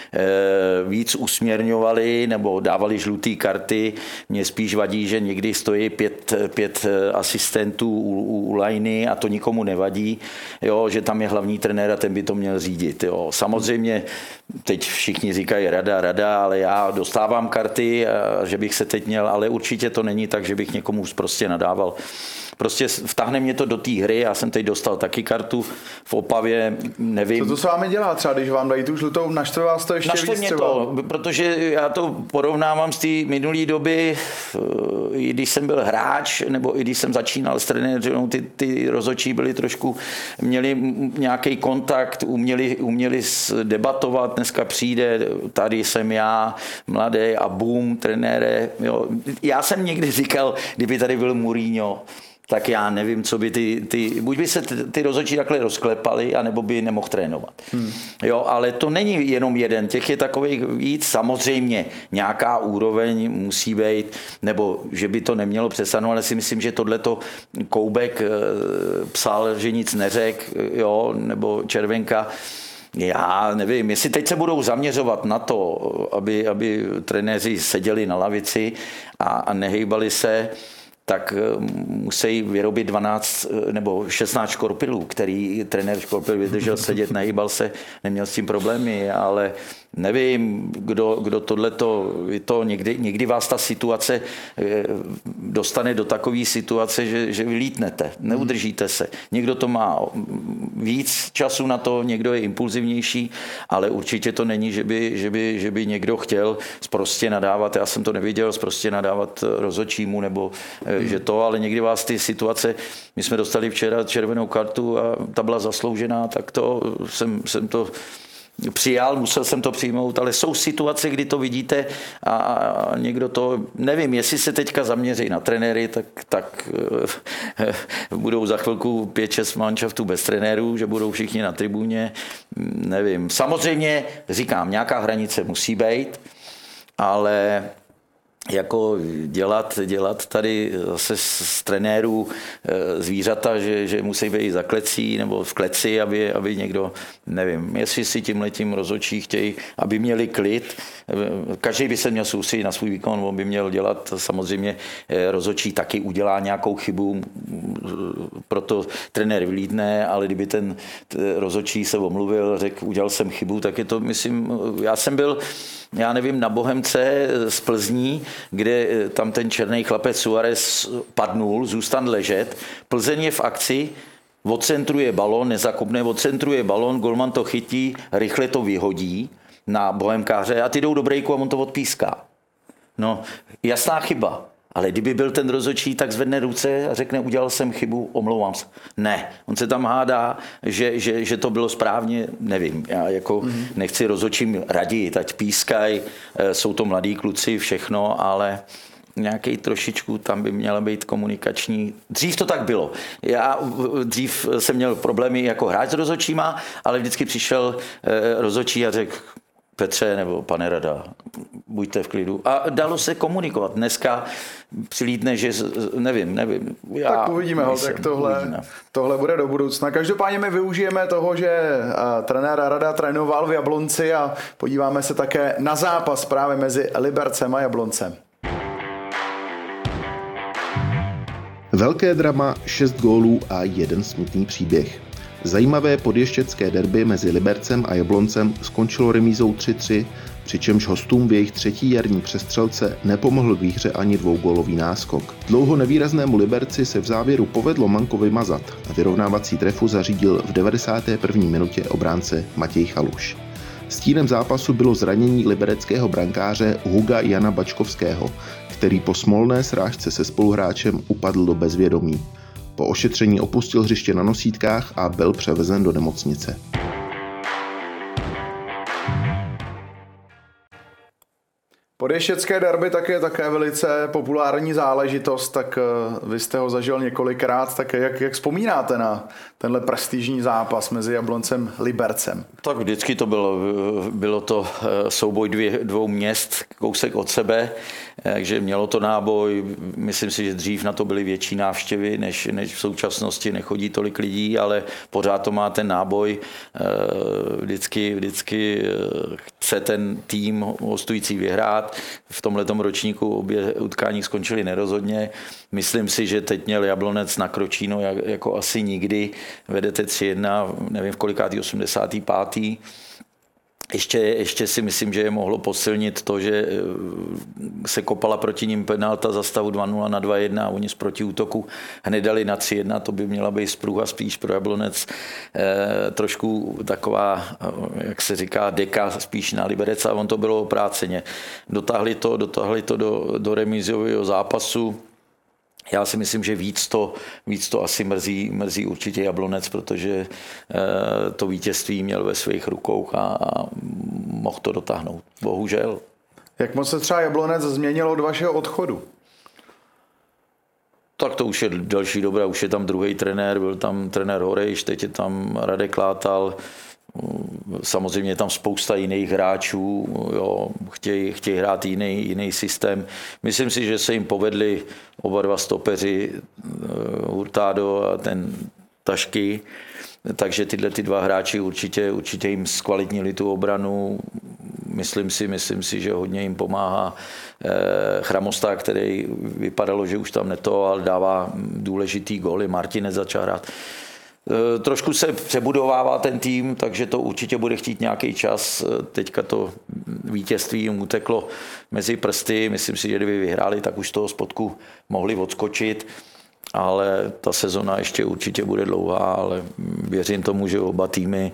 Speaker 2: víc usměrňovali nebo dávali žluté karty. Mně spíš vadí, že někdy stojí pět, pět asistentů u, u lajny a to nikomu nevadí, jo, že tam je hlavní trenér a ten by to měl řídit. Jo. Samozřejmě teď všichni říkají rada, rada, ale já dostávám karty, a že bych se teď měl, ale určitě to není tak, že bych někomu prostě nadával. Prostě vtáhne mě to do té hry, já jsem teď dostal taky kartu v Opavě, nevím.
Speaker 1: Co to s vámi dělá třeba, když vám dají tu žlutou, naštve vás to ještě
Speaker 2: Naštve
Speaker 1: víc
Speaker 2: mě
Speaker 1: třeba?
Speaker 2: To, protože já to porovnávám z té minulé doby, i když jsem byl hráč, nebo i když jsem začínal s trenérem, ty, ty rozhodčí byli trošku, měli nějaký kontakt, uměli, uměli debatovat, dneska přijde, tady jsem já, mladý a boom, trenére. Jo. Já jsem někdy říkal, kdyby tady byl Mourinho, tak já nevím, co by ty, ty buď by se ty, ty rozhodčí takhle rozklepali, anebo by nemohl trénovat. Hmm. Jo, ale to není jenom jeden, těch je takových víc, samozřejmě nějaká úroveň musí být, nebo že by to nemělo přesahnout, ale si myslím, že tohleto Koubek e, psal, že nic neřekl, jo, nebo Červenka. Já nevím, jestli teď se budou zaměřovat na to, aby, aby trenéři seděli na lavici a, a nehejbali se, tak musí vyrobit dvanáct nebo šestnáct škorpilů, který trenér škorpil vydržel sedět, nehýbal se, neměl s tím problémy, ale nevím, kdo, kdo tohleto, to někdy, někdy vás ta situace dostane do takové situace, že, že vylítnete, neudržíte se. Někdo to má víc času na to, někdo je impulzivnější, ale určitě to není, že by, že by, že by někdo chtěl sprostě nadávat, já jsem to neviděl, sprostě nadávat rozhodčímu, nebo hmm. že to, ale někdy vás ty situace, my jsme dostali včera červenou kartu a ta byla zasloužená, tak to jsem, jsem to přijal, musel jsem to přijmout, ale jsou situace, kdy to vidíte a někdo to, nevím, jestli se teďka zaměří na trenéry, tak, tak budou za chvilku pět šest manšaftů bez trenérů, že budou všichni na tribuně, nevím. Samozřejmě, říkám, nějaká hranice musí být, ale jako dělat, dělat tady zase z trenérů zvířata, že, že musí být za klecí nebo v kleci, aby, aby někdo, nevím, jestli si tímhletím rozhodčí chtějí, aby měli klid. Každý by se měl soustředit na svůj výkon, on by měl dělat, samozřejmě rozhodčí taky udělá nějakou chybu, proto trenér vylídne, ale kdyby ten rozhodčí se omluvil, řekl, udělal jsem chybu, tak je to, myslím, já jsem byl, já nevím, na Bohemce z Plzní, kde tam ten černý chlapec Suarez padnul, zůstal ležet. Plzeň je v akci, odcentruje balon, nezakopne, odcentruje balon, golman to chytí, rychle to vyhodí na Bohemkáře a ty jdou do breaku a on to odpíská. No, jasná chyba. Ale kdyby byl ten rozhodčí, tak zvedne ruce a řekne, udělal jsem chybu, omlouvám se. Ne, on se tam hádá, že, že, že to bylo správně, nevím. Já jako mm-hmm. nechci rozhodčím radit, ať pískaj, jsou to mladí kluci, všechno, ale nějaký trošičku tam by měla být komunikační. Dřív to tak bylo. Já dřív jsem měl problémy jako hráč s rozhodčíma, ale vždycky přišel rozhodčí a řekl, Petře nebo pane Rada, buďte v klidu. A dalo se komunikovat. Dneska přilídne, že nevím, nevím. Já
Speaker 1: tak uvidíme, ho, tak tohle, uvidíme. tohle bude do budoucna. Každopádně my využijeme toho, že trenér Rada trénoval v Jablonci a podíváme se také na zápas právě mezi Libercem a Jabloncem.
Speaker 4: Velké drama, šest gólů a jeden smutný příběh. Zajímavé podještěcké derby mezi Libercem a Jabloncem skončilo remízou tři tři, přičemž hostům v jejich třetí jarní přestřelce nepomohl k výhře ani dvougólový náskok. Dlouho nevýraznému Liberci se v závěru povedlo manko vymazat a vyrovnávací trefu zařídil v devadesáté první minutě obránce Matěj Chaluš. Stínem zápasu bylo zranění libereckého brankáře Huga Jana Bačkovského, který po smolné srážce se spoluhráčem upadl do bezvědomí. Po ošetření opustil hřiště na nosítkách a byl převezen do nemocnice.
Speaker 1: Podještěcké derby tak je také velice populární záležitost, tak vy jste ho zažil několikrát, tak jak, jak vzpomínáte na tenhle prestižní zápas mezi Jabloncem a Libercem?
Speaker 2: Tak vždycky to bylo, bylo to souboj dvě, dvou měst, kousek od sebe, takže mělo to náboj, myslím si, že dřív na to byly větší návštěvy, než, než v současnosti, nechodí tolik lidí, ale pořád to má ten náboj, vždycky, vždycky chce ten tým hostující vyhrát. V tomhletom ročníku obě utkání skončily nerozhodně. Myslím si, že teď měl Jablonec na Kročíno jako asi nikdy. Vedete tři jedna, nevím v kolikátý, osmdesátý pátý Ještě, ještě si myslím, že je mohlo posilnit to, že se kopala proti ním penalta za stavu dva nula na dva jedna a oni z protiútoku hned dali na tři jedna. To by měla být sprůha spíš pro Jablonec. E, trošku taková, jak se říká, deka spíš na Liberec a on to bylo opráceně. Dotáhli to, dotáhli to do, do remízového zápasu. Já si myslím, že víc to, víc to asi mrzí, mrzí určitě Jablonec, protože to vítězství měl ve svých rukou a, a mohl to dotáhnout. Bohužel.
Speaker 1: Jak moc se třeba Jablonec změnilo od vašeho odchodu?
Speaker 2: Tak to už je další dobrá, už je tam druhý trenér, byl tam trenér Horejš, teď je tam Radek Látal. Samozřejmě je tam spousta jiných hráčů, jo, chtějí, chtějí hrát jiný, jiný systém. Myslím si, že se jim povedli oba dva stopeři, Hurtado a ten Tašky, takže tyhle ty dva hráči určitě, určitě jim zkvalitnili tu obranu. myslím si, myslím si, že hodně jim pomáhá Chramostá, který vypadalo, že už tam neto, ale dává důležitý góly. Martinez začal hrát. Trošku se přebudovává ten tým, takže to určitě bude chtít nějaký čas. Teďka to vítězství jim uteklo mezi prsty. Myslím si, že kdyby vyhráli, tak už z toho spodku mohli odskočit. Ale ta sezona ještě určitě bude dlouhá, ale věřím tomu, že oba týmy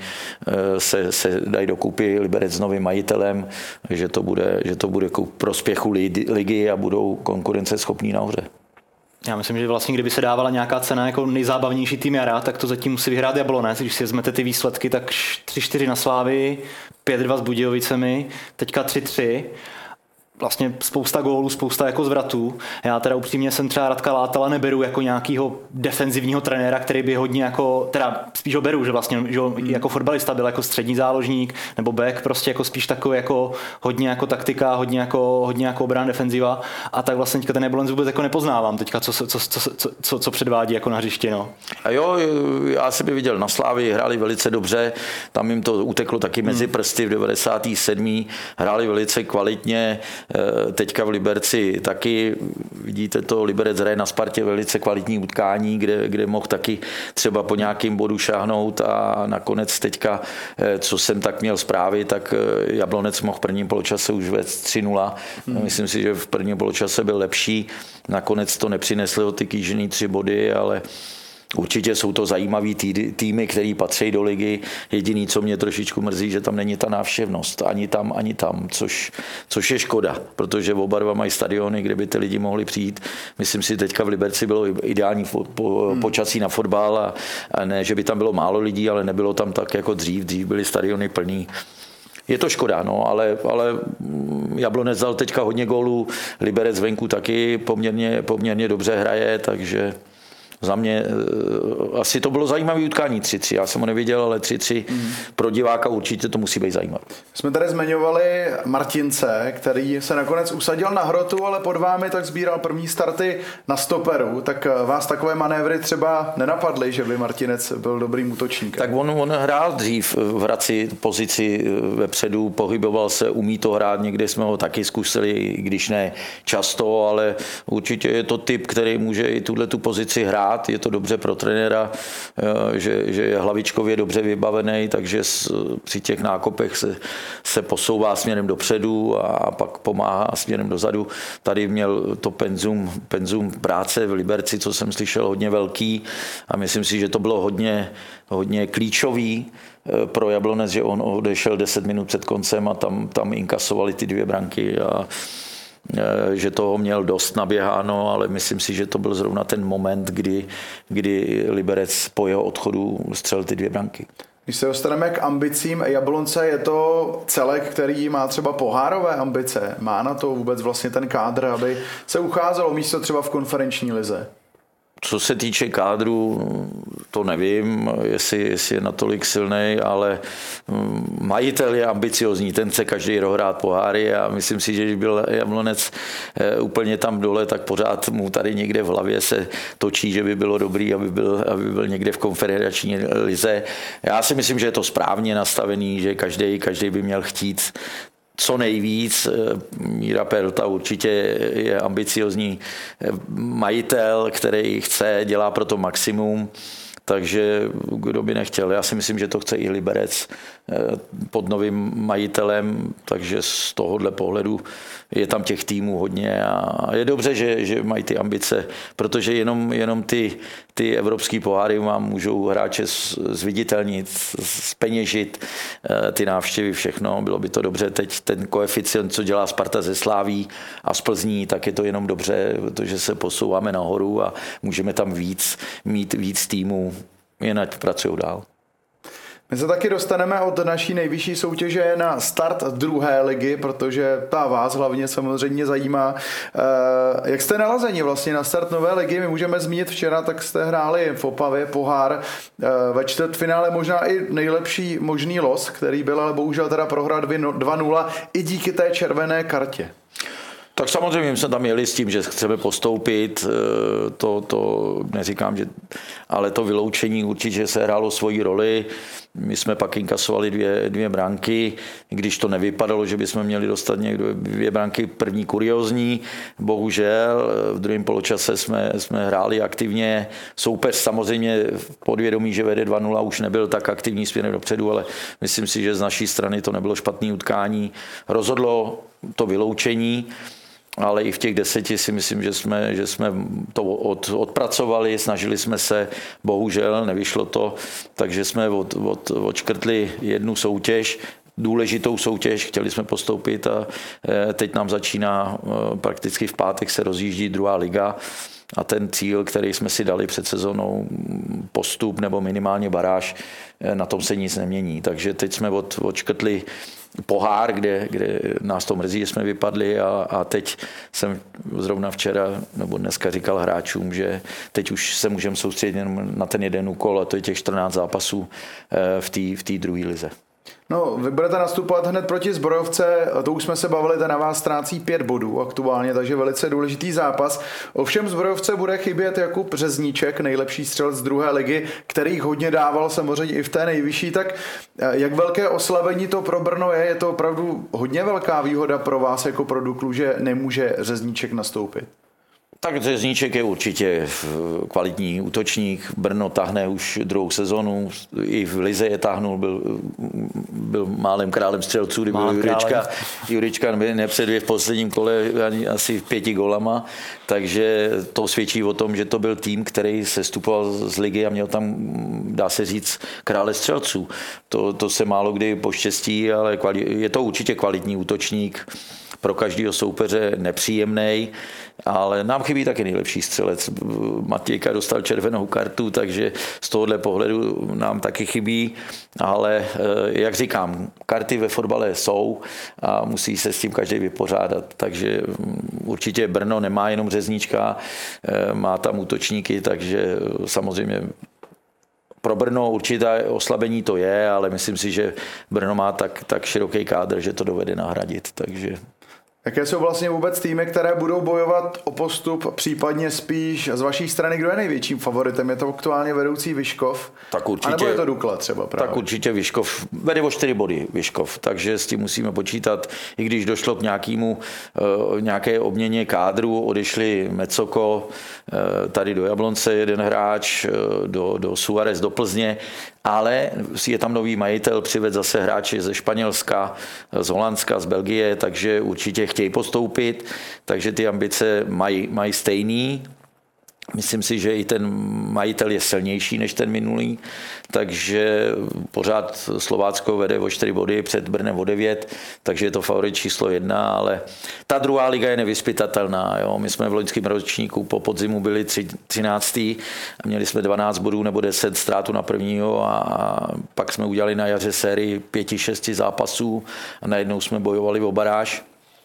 Speaker 2: se, se dají dokupy, Liberec s novým majitelem, že to bude, že to bude ku prospěchu ligy a budou konkurenceschopní nahoře.
Speaker 3: Já myslím, že vlastně kdyby se dávala nějaká cena jako nejzábavnější tým jara, tak to zatím musí vyhrát Jablonec. Když si vezmete ty výsledky, tak tři čtyři na Slávii, pět dva s Budějovicemi, teďka tři tři. Vlastně spousta gólů, spousta jako zvratů. Já teda upřímně jsem třeba Radka Látala neberu jako nějakýho defenzivního trenéra, který by hodně jako, teda spíš ho beru, že vlastně že jako fotbalista byl jako střední záložník nebo back, prostě jako spíš takový jako hodně jako taktika, hodně jako, hodně jako obrana defenziva a tak vlastně teďka ten Jablonec vůbec jako nepoznávám teďka, co, co, co, co, co, co předvádí jako na hřišti. No.
Speaker 2: A jo, já jsem je viděl na Slávii, hráli velice dobře, tam jim to uteklo taky mezi prsty v devadesátém sedmém hráli velice kvalitně. Teďka v Liberci taky, vidíte to, Liberec hraje na Spartě velice kvalitní utkání, kde, kde mohl taky třeba po nějakým bodu šáhnout a nakonec teďka, co jsem tak měl zprávy, tak Jablonec mohl v prvním poločase už vést tři nula. Hmm. Myslím si, že v prvním poločase byl lepší. Nakonec to nepřineslo ty kýžený tři body, ale určitě jsou to zajímavý týmy, který patří do ligy. Jediný, co mě trošičku mrzí, že tam není ta návštěvnost. Ani tam, ani tam, což, což je škoda, protože oba dva mají stadiony, kde by ty lidi mohli přijít. Myslím si, teďka v Liberci bylo ideální po, po, počasí na fotbal a, a ne, že by tam bylo málo lidí, ale nebylo tam tak jako dřív. Dřív byly stadiony plný. Je to škoda, no, ale, ale Jablonec dal teďka hodně gólů, Liberec venku taky poměrně, poměrně dobře hraje, takže za mě asi to bylo zajímavé utkání tři tři. Já jsem ho neviděl, ale tři tři mm. pro diváka určitě to musí být zajímavé.
Speaker 1: Jsme tady zmiňovali Martince, který se nakonec usadil na hrotu, ale pod vámi tak sbíral první starty na stoperu. Tak vás takové manévry třeba nenapadly, že by Martinec byl dobrým útočníkem?
Speaker 2: Tak on, on hrál dřív v Hradci pozici vepředu, pohyboval se, umí to hrát, někde jsme ho taky zkusili, když ne často, ale určitě je to typ, který může i tuhle tu pozici hrát. Je to dobře pro trenéra, že, že je hlavičkově dobře vybavený, takže při těch nákopech se, se posouvá směrem dopředu a pak pomáhá směrem dozadu. Tady měl to penzum, penzum práce v Liberci, co jsem slyšel, hodně velký a myslím si, že to bylo hodně, hodně klíčový pro Jablonec, že on odešel deset minut před koncem a tam, tam inkasovali ty dvě branky a že toho měl dost naběháno, ale myslím si, že to byl zrovna ten moment, kdy, kdy Liberec po jeho odchodu střelil ty dvě branky.
Speaker 1: Když se dostaneme k ambicím Jablonce, je to celek, který má třeba pohárové ambice? Má na to vůbec vlastně ten kádr, aby se ucházelo místo třeba v konferenční lize?
Speaker 2: Co se týče kádru, to nevím, jestli, jestli je natolik silný, ale majitel je ambiciozní, ten chce každý rok hrát poháry a myslím si, že když byl Jablonec úplně tam dole, tak pořád mu tady někde v hlavě se točí, že by bylo dobrý, aby byl, aby byl někde v konfederační lize. Já si myslím, že je to správně nastavený, že každý, každý by měl chtít co nejvíc. Míra Perlta určitě je ambiciozní majitel, který chce, dělá pro to maximum, takže kdo by nechtěl. Já si myslím, že to chce i Liberec pod novým majitelem, takže z tohohle pohledu je tam těch týmů hodně a je dobře, že, že mají ty ambice, protože jenom, jenom ty, ty evropský poháry vám můžou hráče zviditelnit, zpeněžit, ty návštěvy, všechno. Bylo by to dobře. Teď ten koeficient, co dělá Sparta ze Sláví a z Plzní, tak je to jenom dobře, protože se posouváme nahoru a můžeme tam víc mít víc týmů, jinak pracují dál.
Speaker 1: My se taky dostaneme od naší nejvyšší soutěže na start druhé ligy, protože ta vás hlavně samozřejmě zajímá. Jak jste nalazeni vlastně na start nové ligy? My můžeme zmínit včera, tak jste hráli v Opavě pohár ve čtvrtfinále, možná i nejlepší možný los, který byl, ale bohužel teda prohrál dva nula i díky té červené kartě.
Speaker 2: Tak samozřejmě jsme tam jeli s tím, že chceme postoupit, to, to neříkám, že, ale to vyloučení určitě se hrálo svoji roli. My jsme pak inkasovali dvě, dvě branky, když to nevypadalo, že bychom měli dostat někdo dvě branky, první kuriózní. Bohužel v druhém poločase jsme, jsme hráli aktivně. Soupeř samozřejmě v podvědomí, že vede dva nula, už nebyl tak aktivní směrem dopředu, ale myslím si, že z naší strany to nebylo špatné utkání. Rozhodlo to vyloučení, ale i v těch deseti si myslím, že jsme, že jsme to od, odpracovali, snažili jsme se, bohužel nevyšlo to, takže jsme od, od, odškrtli jednu soutěž, důležitou soutěž, chtěli jsme postoupit a teď nám začíná prakticky v pátek se rozjíždí druhá liga a ten cíl, který jsme si dali před sezónou, postup nebo minimálně baráž, na tom se nic nemění. Takže teď jsme od, odškrtli pohár, kde, kde nás to mrzí, že jsme vypadli a, a teď jsem zrovna včera nebo dneska říkal hráčům, že teď už se můžeme soustředit jen na ten jeden úkol a to je těch čtrnáct zápasů v té v té druhé lize.
Speaker 1: No, vy budete nastupovat hned proti Zbrojovce, to už jsme se bavili, ten na vás ztrácí pět bodů aktuálně, takže velice důležitý zápas. Ovšem Zbrojovce bude chybět Jakub Řezníček, nejlepší střelec z druhé ligy, který hodně dával samozřejmě i v té nejvyšší, tak jak velké oslavení to pro Brno je? Je to opravdu hodně velká výhoda pro vás jako pro Duklu, že nemůže Řezníček nastoupit?
Speaker 2: Tak Řezníček je určitě kvalitní útočník. Brno tahne už druhou sezonu, i v lize je tahnul, byl, byl málem králem střelců, kdy byl Jurička. Jurička nepředvě v posledním kole ani asi pěti golama, takže to svědčí o tom, že to byl tým, který se stupoval z ligy a měl tam, dá se říct, krále střelců. To, to se málo kdy poštěstí, ale je to určitě kvalitní útočník. Pro každého soupeře nepříjemnej, ale nám chybí taky nejlepší střelec. Matějka dostal červenou kartu, takže z tohohle pohledu nám taky chybí, ale jak říkám, karty ve fotbale jsou a musí se s tím každý vypořádat, takže určitě Brno nemá jenom Řezníčka, má tam útočníky, takže samozřejmě pro Brno určité oslabení to je, ale myslím si, že Brno má tak, tak široký kádr, že to dovede nahradit, takže...
Speaker 1: Jaké jsou vlastně vůbec týmy, které budou bojovat o postup, případně spíš z vaší strany, kdo je největším favoritem? Je to aktuálně vedoucí Vyškov?
Speaker 2: Tak určitě,
Speaker 1: a nebo je to Dukla třeba právě?
Speaker 2: Tak určitě Vyškov. Vede o čtyři body Vyškov, takže s tím musíme počítat. I když došlo k nějakému, nějaké obměně kádru, odešli Mecoko, tady do Jablonce jeden hráč, do, do Suárez, do Plzně, ale je tam nový majitel, přived zase hráči ze Španělska, z Holandska, z Belgie, takže určitě chtějí postoupit, takže ty ambice mají, mají stejný. Myslím si, že i ten majitel je silnější než ten minulý, takže pořád Slovácko vede o čtyři body, před Brnem o devět, takže je to favorit číslo jedna, ale ta druhá liga je nevyzpytatelná. Jo? My jsme v loňském ročníku po podzimu byli třináctý a měli jsme dvanáct bodů nebo deset ztrátu na prvního a pak jsme udělali na jaře sérii pěti, šesti zápasů a najednou jsme bojovali o baráž.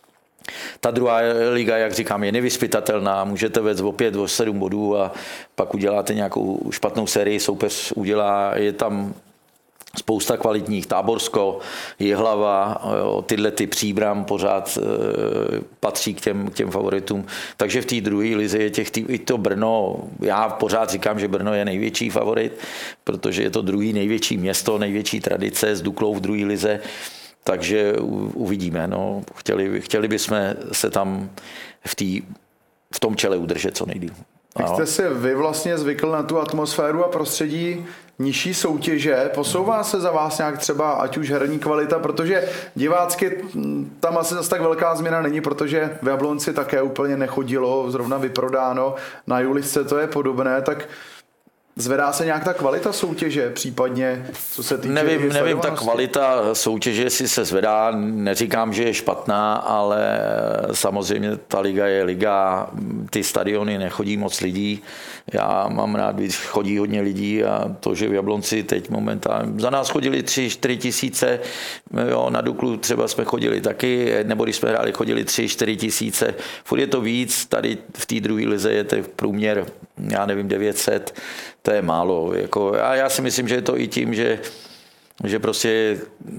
Speaker 2: Ta druhá liga, jak říkám, je nevyzpytatelná, můžete vést o pět, o sedm bodů a pak uděláte nějakou špatnou sérii, soupeř udělá, je tam spousta kvalitních, Táborsko, Jihlava, tyhle ty Příbram pořád patří k těm, k těm favoritům. Takže v té druhé lize je těch tým, i to Brno, já pořád říkám, že Brno je největší favorit, protože je to druhý největší město, největší tradice s Duklou v druhé lize. Takže uvidíme. No. Chtěli, chtěli bychom se tam v, tý, v tom čele udržet co nejdýl.
Speaker 1: Jak jste si vy vlastně zvykl na tu atmosféru a prostředí nižší soutěže? Posouvá se za vás nějak třeba ať už herní kvalita, protože divácky tam asi zase tak velká změna není, protože v Jablonci také úplně nechodilo, zrovna vyprodáno, na Julisce to je podobné, tak zvedá se nějak ta kvalita soutěže, případně co se týče...
Speaker 2: Nevím, nevím, ta kvalita soutěže, jestli se zvedá, neříkám, že je špatná, ale samozřejmě ta liga je liga, ty stadiony nechodí moc lidí. Já mám rád, když chodí hodně lidí a to, že v Jablonci teď momentálně... Za nás chodili tři, čtyři tisíce, jo, na Duklu třeba jsme chodili taky, nebo když jsme hráli, chodili tři, čtyři tisíce. Furt je to víc, tady v té druhé lize je to průměr, já nevím, devět set. To je málo. Jako, a já si myslím, že je to i tím, že, že prostě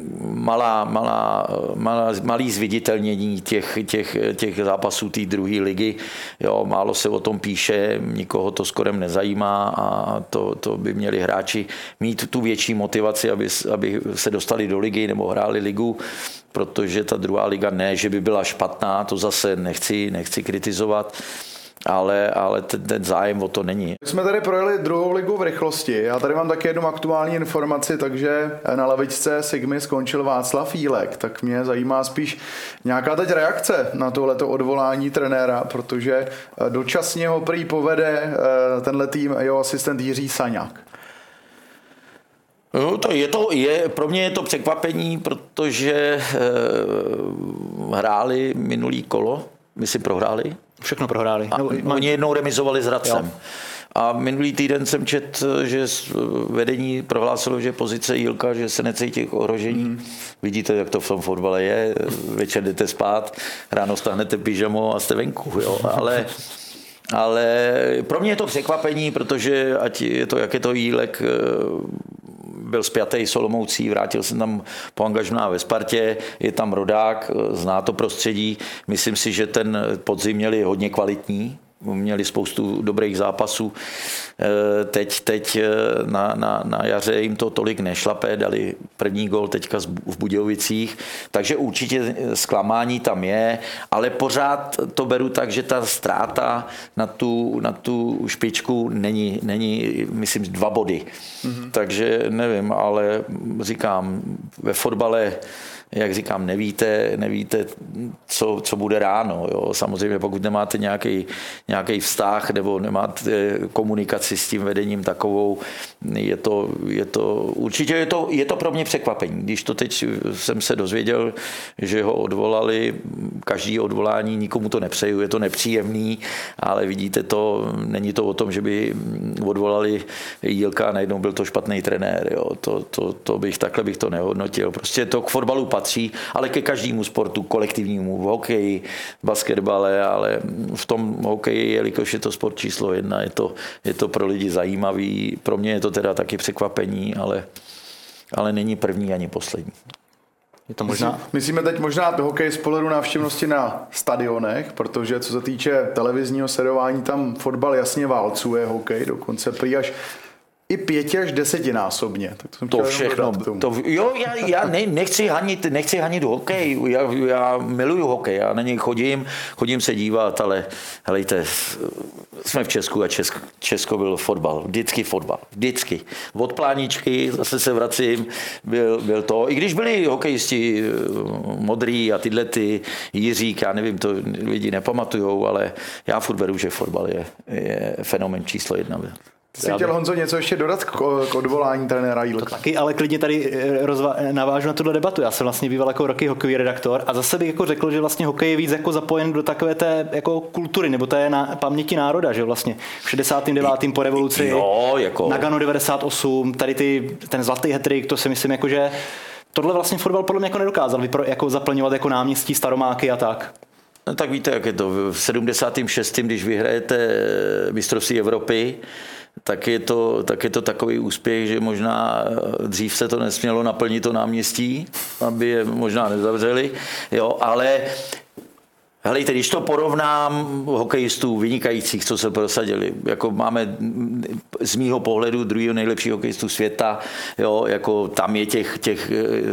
Speaker 2: malá, malá, malá, malý zviditelnění těch, těch, těch zápasů té druhé ligy. Jo, málo se o tom píše, nikoho to skoro nezajímá a to, to by měli hráči mít tu větší motivaci, aby, aby se dostali do ligy nebo hráli ligu, protože ta druhá liga ne, že by byla špatná, to zase nechci, nechci kritizovat, ale, ale ten, ten zájem o to není.
Speaker 1: My jsme tady projeli druhou ligu v rychlosti. Já tady mám taky jednu aktuální informaci, takže na lavičce Sigmy skončil Václav Jílek, tak mě zajímá spíš nějaká teď reakce na tohleto odvolání trenéra, protože dočasně ho prý povede tenhle tým jeho asistent Jiří Saňák.
Speaker 2: No, to je to, je, pro mě je to překvapení, protože e, hráli minulý kolo, my si prohráli.
Speaker 3: Všechno prohráli.
Speaker 2: A, no, oni jednou remizovali s Hradcem. Jo. A minulý týden jsem čet, že vedení prohlásilo, že pozice Jílka, že se necítí ohrožení. Mm. Vidíte, jak to v tom fotbale je. Večer jdete spát, ráno stáhnete pyžamo a jste venku. Jo. Ale, ale pro mě je to překvapení, protože ať je to, jak je to Jílek, byl spjatý s Olomoucí, vrátil se tam po angažmá ve Spartě, je tam rodák, zná to prostředí. Myslím si, že ten podzim měli hodně kvalitní, měli spoustu dobrých zápasů. Teď, teď na, na, na jaře jim to tolik nešlape, dali první gól teďka v Budějovicích, takže určitě zklamání tam je, ale pořád to beru tak, že ta ztráta na tu, na tu špičku není, není, myslím, dva body. Mm-hmm. Takže nevím, ale říkám, ve fotbale, jak říkám, nevíte, nevíte co, co bude ráno. Jo. Samozřejmě pokud nemáte nějaký, nějaký vztah nebo nemáte komunikaci s tím vedením takovou, je to, je to určitě je to, je to pro mě překvapení. Když to teď jsem se dozvěděl, že ho odvolali, každý odvolání, nikomu to nepřeju, je to nepříjemný, ale vidíte to, není to o tom, že by odvolali Jílka a najednou byl to špatný trenér. Jo. To, to, to bych, takhle bych to nehodnotil. Prostě to k fotbalu patří, ale ke každému sportu, kolektivnímu, v hokeji, v basketbale, ale v tom hokeji, jelikož je to sport číslo jedna, je to, je to pro lidi zajímavý. Pro mě je to teda taky překvapení, ale, ale není první ani poslední.
Speaker 3: Je to možná...
Speaker 1: Myslíme teď možná hokej z pohledu návštěvnosti na stadionech, protože co se týče televizního sledování, tam fotbal jasně válcuje hokej, dokonce prý až i pěti až desetinásobně. Tak to, jsem
Speaker 2: to všechno. To, jo, já, já ne, nechci hanit, nechci hanit hokej. Já, já miluju hokej, já na něj chodím, chodím se dívat, ale helejte, jsme v Česku a Česko, Česko byl fotbal. Vždycky fotbal. Vždycky. Od Pláničky, zase se vracím, byl, byl to. I když byli hokejisti modrý a tyhle ty Jiřík, já nevím, to lidi nepamatujou, ale já furt beru, že fotbal je, je fenomén číslo jedna.
Speaker 1: Jsi chtěl, Honzo, něco ještě dodat k, k odvolání trenéra Jílka?
Speaker 3: To taky, ale klidně tady rozva- navážu na tuhle debatu. Já jsem vlastně býval jako roky hokejový redaktor a zase bych jako řekl, že vlastně hokej je víc jako zapojen do takové té jako kultury, nebo té na, paměti národa, že vlastně v šedesátém devátém po revoluci,
Speaker 2: jo, jako...
Speaker 3: Nagano devadesát osm, tady ty, ten zlatý hat-trick, to si myslím jako, že tohle vlastně fotbal podle mě jako nedokázal vypro, jako zaplňovat jako náměstí, Staromáky a tak.
Speaker 2: No tak víte, jak je to. V sedmdesátém šestém když vyhrajete mistrovství Evropy, tak je, to, tak je to takový úspěch, že možná dřív se to nesmělo naplnit to náměstí, aby je možná nezavřeli, jo, ale helejte, když to porovnám hokejistů vynikajících, co se prosadili, jako máme z mýho pohledu druhého nejlepšího hokejistu světa, jo, jako tam je těch, těch,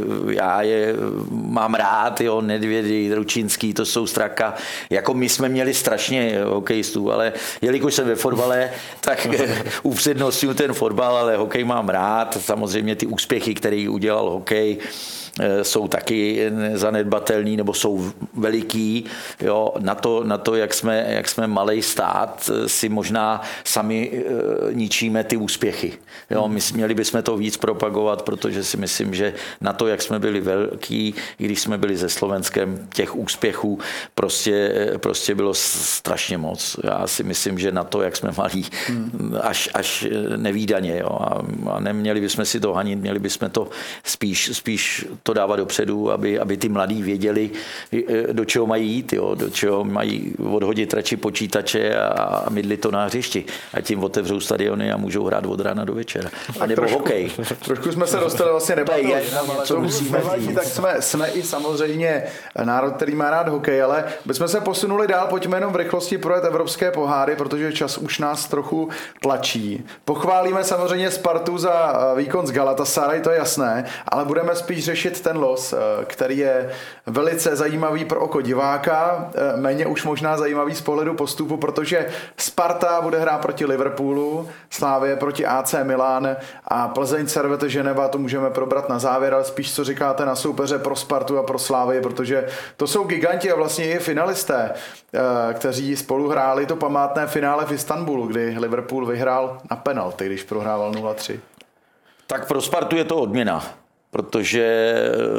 Speaker 2: já je mám rád, jo, Nedvědy, Ručinský, to jsou Straka, jako my jsme měli strašně hokejistů, ale jelikož jsem ve fotbale, tak upřednostňuji ten fotbal, ale hokej mám rád, samozřejmě ty úspěchy, které udělal hokej, jsou taky zanedbatelný nebo jsou veliký. Jo, na to, na to jak jsme, jak jsme malej stát, si možná sami ničíme ty úspěchy. Jo, my měli bychom to víc propagovat, protože si myslím, že na to, jak jsme byli velký, i když jsme byli se Slovenskem, těch úspěchů prostě, prostě bylo strašně moc. Já si myslím, že na to, jak jsme malí, až, až nevídaně. Jo, a, a neměli bychom si to hanit, měli bychom to spíš, spíš to dávat dopředu, aby, aby ty mladí věděli, do čeho mají jít. Jo. do čeho mají odhodit radši počítače a mydlit to na hřišti. A tím otevřou stadiony a můžou hrát od rána do večera. A nebo
Speaker 1: trošku,
Speaker 2: hokej.
Speaker 1: Trošku jsme se dostali vlastně nebavili, ale to
Speaker 2: musíme
Speaker 1: nevadí, tak jsme, jsme i samozřejmě národ, který má rád hokej, ale bychom se posunuli dál, pojďme jenom v rychlosti projet evropské poháry, protože čas už nás trochu tlačí. Pochválíme samozřejmě Spartu za výkon z Galatasaray, to je jasné, ale budeme spíš řešit ten los, který je velice zajímavý pro oko diváka, méně už možná zajímavý z pohledu postupu, protože Sparta bude hrát proti Liverpoolu, Slavie proti A C Milan a Plzeň Servette Ženeva, to můžeme probrat na závěr, ale spíš co říkáte na soupeře pro Spartu a pro Slavii, protože to jsou giganti a vlastně i finalisté, kteří spolu hráli to památné finále v Istanbulu, kdy Liverpool vyhrál na penalty, když prohrával nula tři.
Speaker 2: Tak pro Spartu je to odměna, protože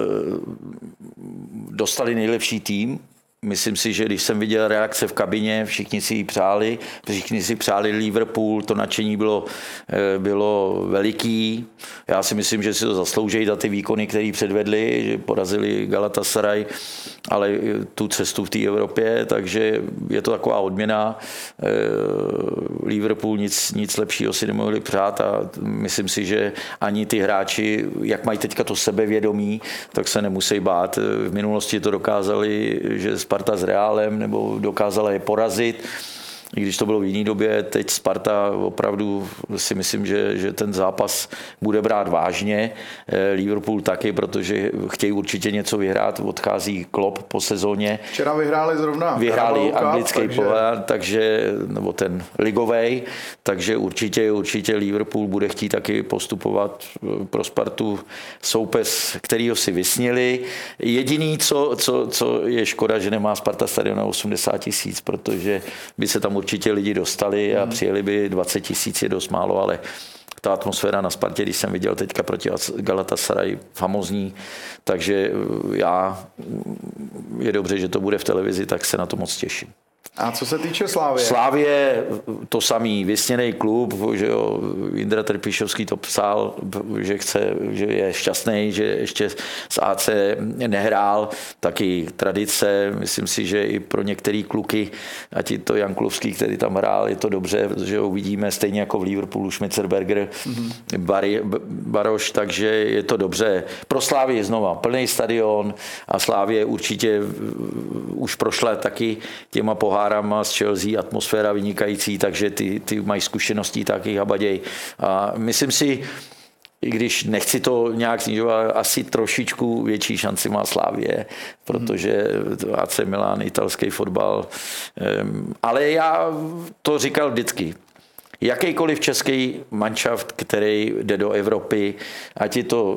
Speaker 2: dostali nejlepší tým. Myslím si, že když jsem viděl reakce v kabině, všichni si ji přáli, všichni si přáli Liverpool, to nadšení bylo, bylo veliký. Já si myslím, že si to zaslouží za ty výkony, které předvedli, že porazili Galatasaray, ale tu cestu v té Evropě, takže je to taková odměna. Liverpool nic, nic lepšího si nemohli přát a myslím si, že ani ty hráči, jak mají teďka to sebevědomí, tak se nemusí bát. V minulosti to dokázali, že Sparta s Reálem, nebo dokázala je porazit. I když to bylo v jiné době, teď Sparta opravdu si myslím, že, že ten zápas bude brát vážně. Liverpool taky, protože chtějí určitě něco vyhrát, odchází Klopp po sezóně.
Speaker 1: Včera vyhráli zrovna.
Speaker 2: Vyhráli anglický
Speaker 1: takže...
Speaker 2: pohár, takže, nebo ten ligovej, takže určitě, určitě Liverpool bude chtít taky postupovat pro Spartu soupeř, kterýho si vysnili. Jediný, co, co, co je škoda, že nemá Sparta stadion na osmdesát tisíc, protože by se tam určitě lidi dostali a přijeli by dvacet tisíc, je dost málo, ale ta atmosféra na Spartě, když jsem viděl teďka proti Galatasaray, famózní, takže já, je dobře, že to bude v televizi, tak se na to moc těším.
Speaker 1: A co se týče Slávie?
Speaker 2: Slávie, to samý, vysněný klub, že jo, Jindra Trpišovský to psal, že chce, že je šťastný, že ještě z A C nehrál, taky tradice, myslím si, že i pro některé kluky, ať je to Jan Klovský, který tam hrál, je to dobře, protože ho uvidíme stejně jako v Liverpoolu, Schmitzer-Berger, mm-hmm. Barry, Baroš, takže je to dobře. Pro Slávii znova plný stadion a Slávie určitě už prošla taky těma pohárama s Chelsea, atmosféra vynikající, takže ty, ty mají zkušenosti taky habaděj. A myslím si, i když nechci to nějak snižovat, asi trošičku větší šanci má Slavie, protože A C Milan, italský fotbal. Ale já to říkal vždycky. Jakýkoliv český manšaft, který jde do Evropy, ať je to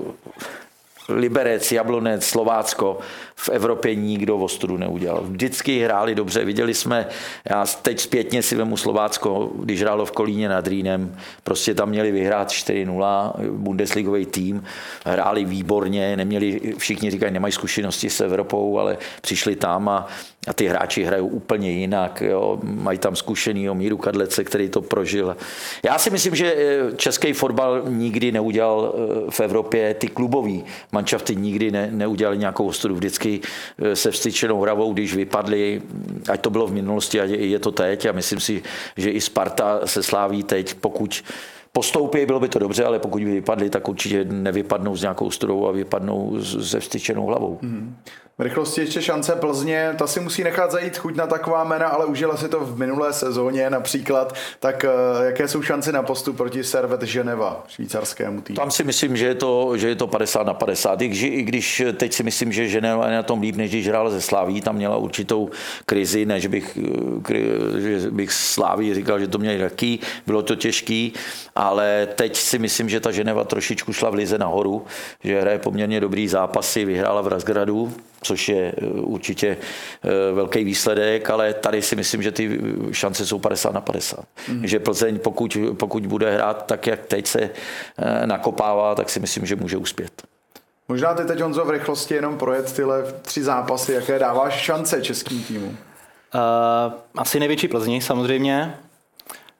Speaker 2: Liberec, Jablonec, Slovácko, v Evropě nikdo ostudu neudělal. Vždycky hráli dobře. Viděli jsme, já teď zpětně si vemu Slovácko, když hrálo v Kolíně nad Rýnem, prostě tam měli vyhrát čtyři nula, bundesligový tým, hráli výborně, neměli, všichni říkají, nemají zkušenosti s Evropou, ale přišli tam a, a ty hráči hrajou úplně jinak, jo. Mají tam zkušenýho Míru Kadlece, který to prožil. Já si myslím, že český fotbal nikdy neudělal v Evropě, ty klubový manšafty nikdy ne, neudělali nějakou ostudu, vždycky se vstyčenou hravou, když vypadli, ať to bylo v minulosti, ať je to teď a myslím si, že i Sparta se Sláví teď, pokud postoupí, bylo by to dobře, ale pokud by vypadli, tak určitě nevypadnou s nějakou ostudou a vypadnou se vstyčenou hlavou. Hmm.
Speaker 1: V rychlosti ještě šance Plzně, ta si musí nechat zajít chuť na taková jména, ale užila si to v minulé sezóně například, tak jaké jsou šance na postup proti Servette Ženeva, švýcarskému týmu?
Speaker 2: Tam si myslím, že je to, že je to padesát na padesát, i když, i když teď si myslím, že Ženeva je na tom líp, než když hrála ze Slaví, tam měla určitou krizi, než bych, že bych Slaví říkal, že to měli taky, bylo to těžký, ale teď si myslím, že ta Ženeva trošičku šla v lize nahoru, že hraje poměrně dobrý zápasy, vyhrála v Razgradu, což je určitě velký výsledek, ale tady si myslím, že ty šance jsou padesát na padesát. Mm. Že Plzeň, pokud, pokud bude hrát tak, jak teď se nakopává, tak si myslím, že může uspět.
Speaker 1: Možná ty teď, Honzo, v rychlosti jenom projet tyhle tři zápasy, jaké dáváš šance českým týmům?
Speaker 3: Uh, asi největší Plzni, samozřejmě.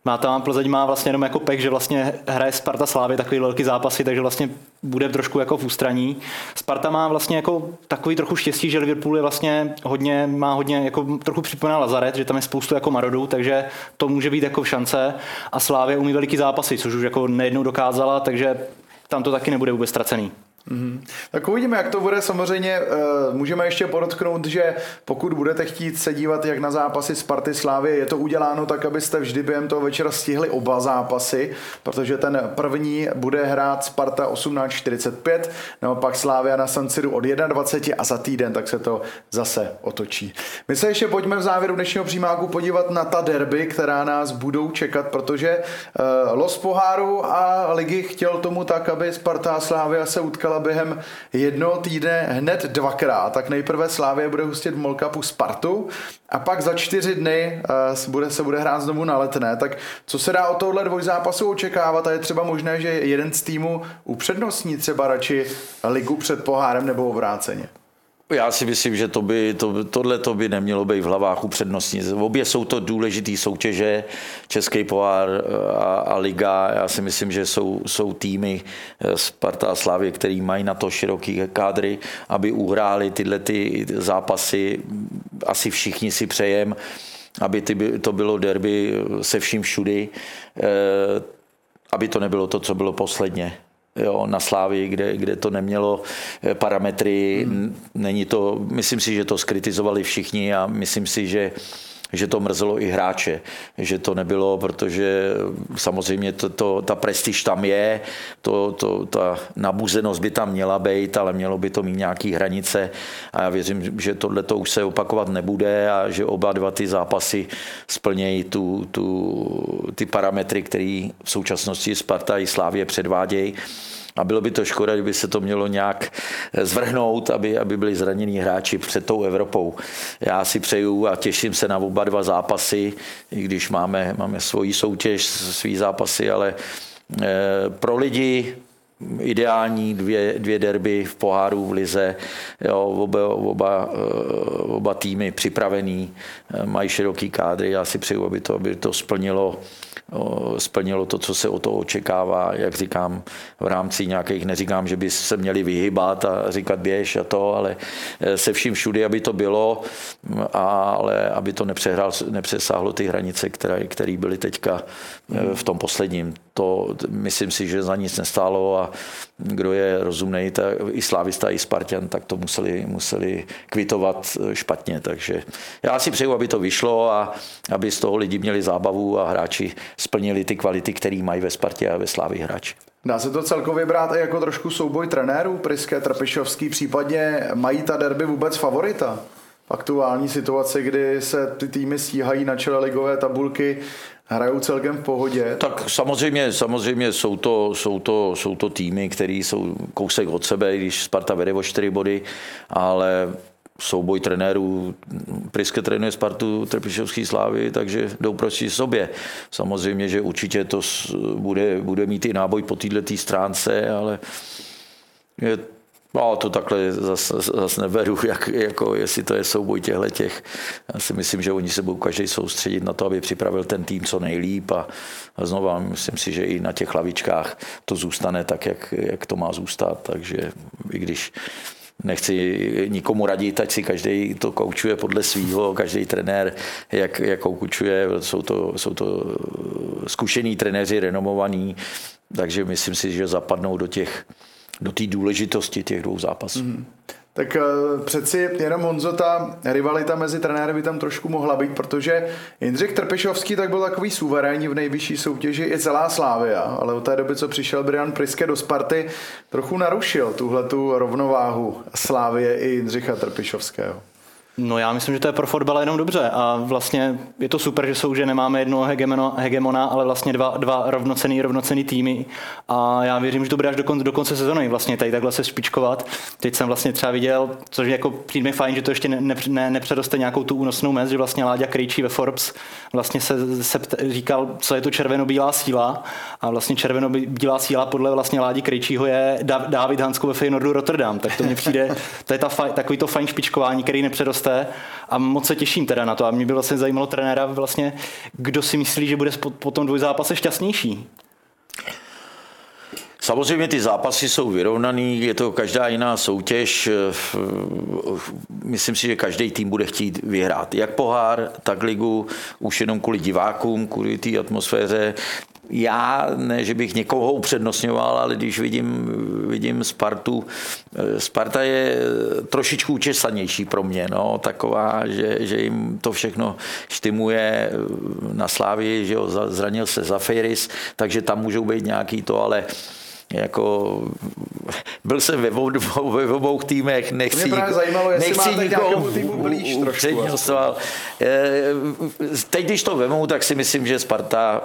Speaker 3: Má tam Plzeň má vlastně jenom jako pech, že vlastně hraje Sparta Slávy takový velký zápasy, takže vlastně bude trošku jako v ústraní. Sparta má vlastně jako takový trochu štěstí, že Liverpool je vlastně hodně, má hodně jako trochu připomíná Lazaret, že tam je spoustu jako marodů, takže to může být jako šance a Slávě umí veliký zápasy, což už jako nejednou dokázala, takže tam to taky nebude vůbec ztracený.
Speaker 1: Mm-hmm. Tak uvidíme, jak to bude. Samozřejmě uh, můžeme ještě podotknout, že pokud budete chtít se dívat jak na zápasy Sparty Slávie, je to uděláno tak, abyste vždy během toho večera stihli oba zápasy, protože ten první bude hrát Sparta osmnáct čtyřicet pět, naopak Slavia na San Siru od dvacet jedna a za týden tak se to zase otočí. My se ještě pojďme v závěru dnešního přímáku podívat na ta derby, která nás budou čekat, protože uh, los poháru a ligy chtěl tomu tak, aby Sparta a Slavia se utkala během jednoho týdne hned dvakrát. Tak nejprve Slavia bude hostit v Molkapu Spartu a pak za čtyři dny uh, bude, se bude hrát znovu na Letné. Tak co se dá od tohohle dvojzápasu očekávat a je třeba možné, že jeden z týmů upřednostní třeba radši ligu před pohárem nebo obráceně?
Speaker 2: Já si myslím, že to by, to, tohle to by nemělo být v hlavách upřednostní. Obě jsou to důležitý soutěže, Český pohár a, a liga. Já si myslím, že jsou, jsou týmy Sparta a Slavie, který mají na to široký kádry, aby uhráli tyhle ty zápasy. Asi všichni si přejem, aby ty, to bylo derby se vším všudy, aby to nebylo to, co bylo posledně. Jo, na Slávii, kde, kde to nemělo parametry, hmm. není to, myslím si, že to skritizovali všichni a myslím si, že že to mrzelo i hráče, že to nebylo, protože samozřejmě to, to, ta prestiž tam je, to, to, ta nabuzenost by tam měla být, ale mělo by to mít nějaký hranice a já věřím, že tohle to už se opakovat nebude a že oba dva ty zápasy splnějí tu, tu, ty parametry, které v současnosti Sparta i Slavie předvádějí. A bylo by to škoda, kdyby se to mělo nějak zvrhnout, aby, aby byli zranění hráči před tou Evropou. Já si přeju a těším se na oba dva zápasy, i když máme, máme svoji soutěž, svý zápasy, ale eh, pro lidi ideální dvě, dvě derby v poháru, v lize, jo, oba, oba, oba týmy připravený, mají široký kádry, já si přeju, aby to, aby to splnilo splnilo to, co se o to očekává, jak říkám, v rámci nějakých, neříkám, že by se měli vyhybat a říkat běž a to, ale se vším všudy, aby to bylo, ale aby to nepřehrál, nepřesáhlo ty hranice, které, které byly teďka v tom posledním. To myslím si, že za nic nestálo a kdo je rozumnej, tak i slávista, i Spartan, tak to museli, museli kvitovat špatně. Takže já si přeju, aby to vyšlo a aby z toho lidi měli zábavu a hráči splnili ty kvality, které mají ve Spartě a ve Slávii hráči.
Speaker 1: Dá se to celkově brát i jako trošku souboj trenérů, Priske, Trpišovský, případně mají ta derby vůbec favorita? V aktuální situaci, kdy se ty týmy stíhají na čele ligové tabulky, hrajou celkem v pohodě.
Speaker 2: Tak samozřejmě, samozřejmě jsou to, jsou to, jsou to týmy, které jsou kousek od sebe, když Sparta vede o čtyři body, ale souboj trenérů, Priske trénuje Spartu, Trpišovský Slávy, takže jdou proti sobě. Samozřejmě, že určitě to bude, bude mít i náboj po této stránce, ale je, no, to takhle zase zas neberu, jak, jako jestli to je souboj těchhletěch. Já si myslím, že oni se budou každý soustředit na to, aby připravil ten tým co nejlíp a, a znova myslím si, že i na těch hlavičkách to zůstane tak, jak, jak to má zůstat, takže i když nechci nikomu radit, ať si každý to koučuje podle svýho, každý trenér, jak, jak koučuje, jsou to, jsou to zkušení trenéři, renomovaní, takže myslím si, že zapadnou do těch do té důležitosti těch dvou zápasů. Mm.
Speaker 1: Tak přeci jenom, Honzo, ta rivalita mezi trenéry by tam trošku mohla být, protože Jindřich Trpišovský tak byl takový suverénní v nejvyšší soutěži i celá Slavia, ale od té doby, co přišel Brian Priske do Sparty, trochu narušil tuhletu rovnováhu Slavie i Jindřicha Trpišovského.
Speaker 3: No já myslím, že to je pro fotbal jenom dobře a vlastně je to super, že jsou, že nemáme jednoho hegemona, hegemona ale vlastně dva, dva rovnocenný, rovnocenný týmy a já věřím, že to bude až do konce, do konce sezóny vlastně tady takhle se špičkovat. Teď jsem vlastně třeba viděl, což jako přijde mi fajn, že to ještě ne, ne, nepředoste nějakou tu únosnou mez, že vlastně Láďa Krejčí ve Forbes vlastně se, se říkal, co je to červeno-bílá síla a vlastně červeno-bílá síla podle vlastně Ládi Krejčího je David Hansko ve Feyenoordu Rotterdam, tak to mně přijde, to je ta faj, takový to fajn špičkování, který nepředoste roste a moc se těším teda na to. A mě by vlastně zajímalo trenéra vlastně, kdo si myslí, že bude po, po tom dvojzápase šťastnější.
Speaker 2: Samozřejmě ty zápasy jsou vyrovnaný, je to každá jiná soutěž. Myslím si, že každý tým bude chtít vyhrát. Jak pohár, tak ligu, už jenom kvůli divákům, kvůli té atmosféře. Já ne, že bych někoho upřednostňoval, ale když vidím, vidím Spartu, Sparta je trošičku učesanější pro mě, no, taková, že, že jim to všechno štimuje na Slávii, že jo, zranil se Zafeiris, takže tam můžou být nějaký to, ale jako byl jsem ve obou, ve obou týmech, nechci,
Speaker 1: mě zajímalo,
Speaker 2: nechci nikoho
Speaker 1: upřednostňoval.
Speaker 2: Teď, když to vemou, tak si myslím, že Sparta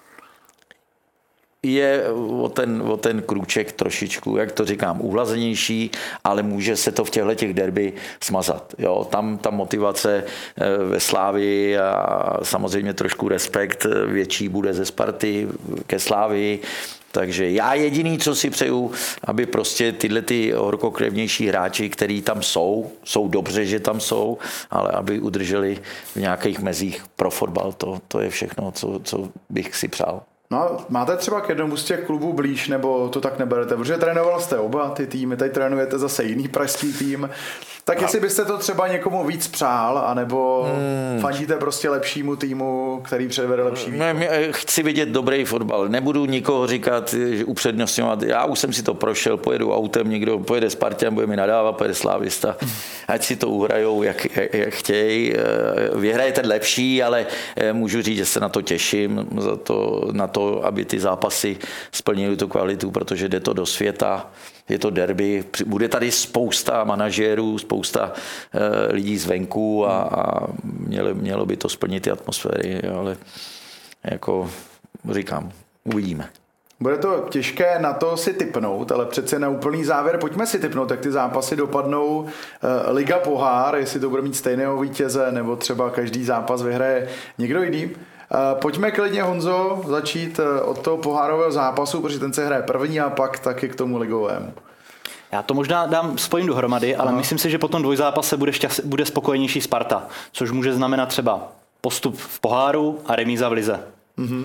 Speaker 2: je o ten, o ten krůček trošičku, jak to říkám, uhlazenější, ale může se to v těchto těch derby smazat. Jo, tam ta motivace ve Slávii a samozřejmě trošku respekt větší bude ze Sparty ke Slávii. Takže já jediný, co si přeju, aby prostě tyhle ty horkokrevnější hráči, který tam jsou, jsou dobře, že tam jsou, ale aby udrželi v nějakých mezích pro fotbal. To, to je všechno, co, co bych si přál.
Speaker 1: No, máte třeba k jednomu z těch klubů blíž, nebo to tak neberete? Protože trénoval jste oba ty týmy, teď trénujete zase jiný pražský tým. Tak jestli byste to třeba někomu víc přál, anebo hmm. fandíte prostě lepšímu týmu, který předvede lepší výkon?
Speaker 2: Chci vidět dobrý fotbal. Nebudu nikoho říkat, že upřednostňovat. Já už jsem si to prošel, pojedu autem, někdo pojede Spartan, bude mi nadávat, pojede Slávista. Ať si to uhrajou, jak, jak, jak chtějí. Vyhraje ten lepší, ale můžu říct, že se na to těším, za to, na to, aby ty zápasy splnily tu kvalitu, protože jde to do světa. Je to derby, bude tady spousta manažérů, spousta e, lidí zvenku a, a mělo, mělo by to splnit ty atmosféry, ale jako říkám, uvidíme.
Speaker 1: Bude to těžké na to si tipnout, ale přece na úplný závěr pojďme si tipnout, jak ty zápasy dopadnou. E, Liga pohár, jestli to bude mít stejného vítěze, nebo třeba každý zápas vyhraje někdo jiný. Pojďme klidně, Honzo, začít od toho pohárového zápasu, protože ten se hraje první a pak taky k tomu ligovému.
Speaker 3: Já to možná dám, spojím dohromady, ale Aha. myslím si, že po tom dvojzápase bude, šťast, bude spokojenější Sparta, což může znamenat třeba postup v poháru a remíza v lize. Mm-hmm.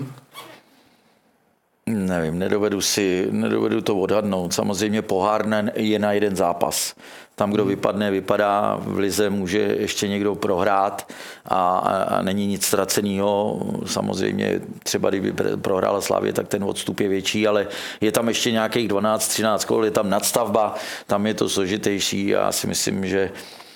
Speaker 2: Nevím, nedovedu si, nedovedu to odhadnout. Samozřejmě pohár je na jeden zápas. Tam, kdo vypadne, vypadá, v lize může ještě někdo prohrát a, a není nic ztraceného. Samozřejmě třeba kdyby prohrála Slavie, tak ten odstup je větší, ale je tam ještě nějakých dvanáct třináct kol, je tam nadstavba, tam je to složitější. Já si myslím, že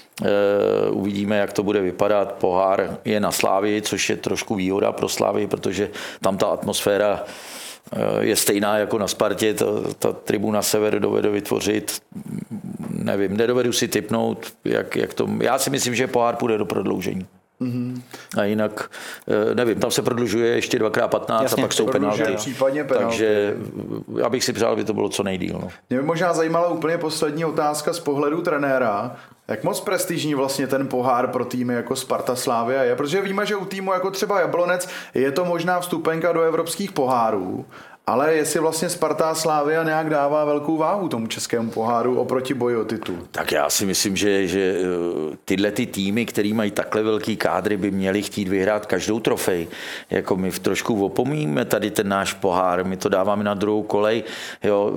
Speaker 2: Uh, uvidíme, jak to bude vypadat. Pohár je na Slavii, což je trošku výhoda pro Slavii, protože tam ta atmosféra je stejná jako na Spartě, ta, ta tribuna sever dovede vytvořit, nevím, nedovedu si tipnout, jak, jak to, já si myslím, že pohár půjde do prodloužení. Mm-hmm. A jinak, nevím, tam se prodlužuje ještě dvakrát patnáct Jasně, a pak jsou penalty. Takže já bych si přál, aby to bylo co nejdýl. No.
Speaker 1: Mě by možná zajímala úplně poslední otázka z pohledu trenéra. Jak moc prestižní vlastně ten pohár pro týmy jako Sparta, Slavia je? Protože víme, že u týmu jako třeba Jablonec je to možná vstupenka do evropských pohárů, ale jestli vlastně Sparta a Slavia nějak dává velkou váhu tomu českému poháru oproti boji o titul.
Speaker 2: Tak já si myslím, že, že tyhle ty týmy, který mají takhle velký kádry, by měli chtít vyhrát každou trofej. Jako my trošku opomíme tady ten náš pohár, my to dáváme na druhou kolej. Jo,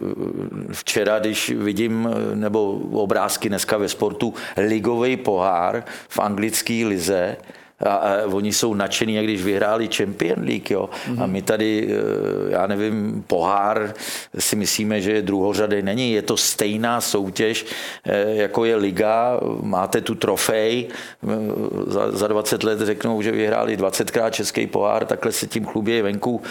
Speaker 2: včera, když vidím, nebo obrázky dneska ve sportu, ligový pohár v anglické lize, a, a oni jsou nadšení, jak když vyhráli Champions League, jo. Mm-hmm. A my tady, já nevím, pohár si myslíme, že je druhořadý. Není, je to stejná soutěž, jako je liga, máte tu trofej, za, za dvacet let řeknou, že vyhráli dvacetkrát český pohár, takhle se tím chlubí venku.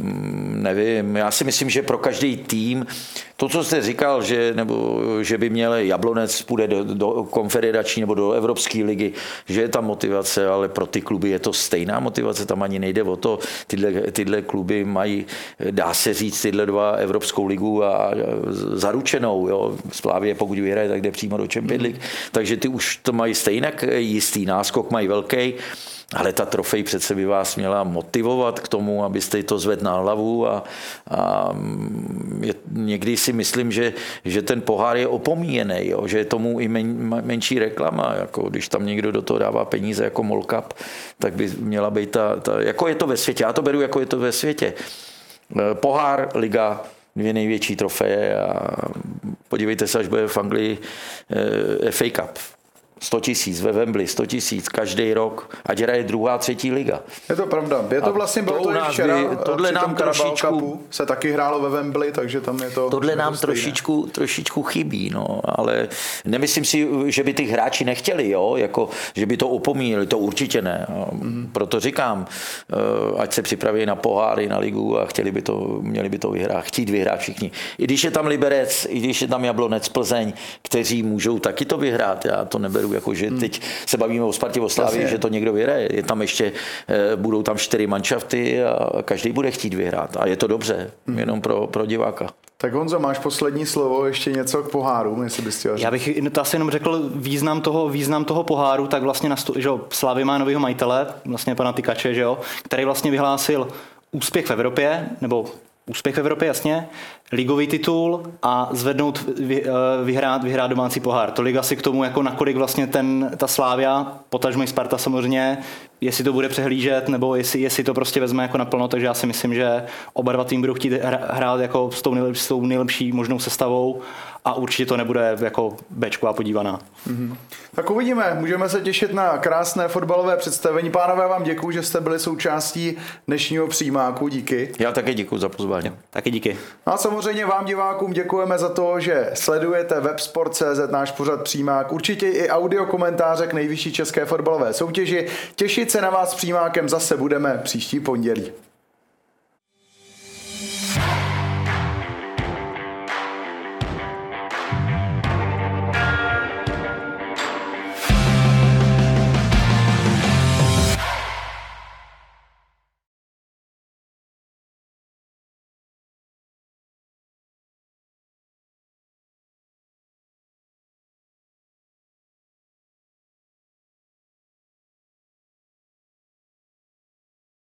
Speaker 2: Nevím, já si myslím, že pro každý tým, to, co jste říkal, že, nebo, že by měl Jablonec půjde do, do konfederační nebo do Evropské ligy, že je tam motivace, ale pro ty kluby je to stejná motivace, tam ani nejde o to. Tyhle, tyhle kluby mají, dá se říct, tyhle dva Evropskou ligu a zaručenou. Jo. Slavie, pokud vyhraje, tak jde přímo do Champions League. Takže ty už to mají stejně jistý náskok, mají velký. Ale ta trofej přece by vás měla motivovat k tomu, abyste to zvedl na hlavu a, a je, někdy si myslím, že, že ten pohár je opomíjený, jo? Že je tomu i men, menší reklama, jako když tam někdo do toho dává peníze jako Mall Cup, tak by měla být ta, ta, jako je to ve světě, já to beru jako je to ve světě. Pohár, liga, dvě největší trofeje a podívejte se, až bude v Anglii F A Cup. sto tisíc ve Wembley, sto tisíc každý rok, ať hraje druhá, třetí liga.
Speaker 1: Je to pravda. Je to
Speaker 2: a
Speaker 1: vlastně bylo
Speaker 2: to
Speaker 1: to i včera,
Speaker 2: by, tohle nám trošičku,
Speaker 1: se taky hrálo ve Wembley, takže tam je to...
Speaker 2: Tohle nám
Speaker 1: to
Speaker 2: trošičku, trošičku chybí, no, ale nemyslím si, že by ty hráči nechtěli, jo, jako, že by to opomíjeli, to určitě ne. Mm. Proto říkám, ať se připraví na poháry, na ligu a chtěli by to, měli by to vyhrát, chtít vyhrát všichni. I když je tam Liberec, i když je tam Jablonec, Plzeň, kteří můžou taky to vyhrát, já to neberu jako, že teď se bavíme o Spartě, o Slávii, že to někdo vyhraje. Je tam ještě, budou tam čtyři manšafty a každý bude chtít vyhrát. A je to dobře, jenom pro, pro diváka.
Speaker 1: Tak Honzo, máš poslední slovo, ještě něco k poháru, jestli bys chtěl říct.
Speaker 3: Já bych asi jenom řekl význam toho, význam toho poháru, tak vlastně, nastu, že jo, Slavia má novýho majitele, vlastně pana Tykače, že jo, který vlastně vyhlásil úspěch v Evropě, nebo úspěch v Evropě, jasně, ligový titul a zvednout, vy, vyhrát, vyhrát domácí pohár. Tolik asi k tomu, jako nakolik vlastně ten, ta Slavia, potažmo i Sparta samozřejmě, jestli to bude přehlížet, nebo jestli, jestli to prostě vezme jako naplno, takže já si myslím, že oba dva tým budou chtít hrát jako s tou nejlepší, s tou nejlepší možnou sestavou a určitě to nebude jako béčková podívaná.
Speaker 1: Mm-hmm. Tak uvidíme, můžeme se těšit na krásné fotbalové představení. Pánové, vám děkuji, že jste byli součástí dnešního přijímáku, díky.
Speaker 2: Já také děkuji za pozvání.
Speaker 3: Taky díky.
Speaker 1: A samozřejmě vám divákům děkujeme za to, že sledujete websport tečka cé zet, náš pořad přijímák, určitě i audio komentáře k nejvyšší české fotbalové soutěži. Těšit se na vás s přijímákem zase budeme příští pondělí.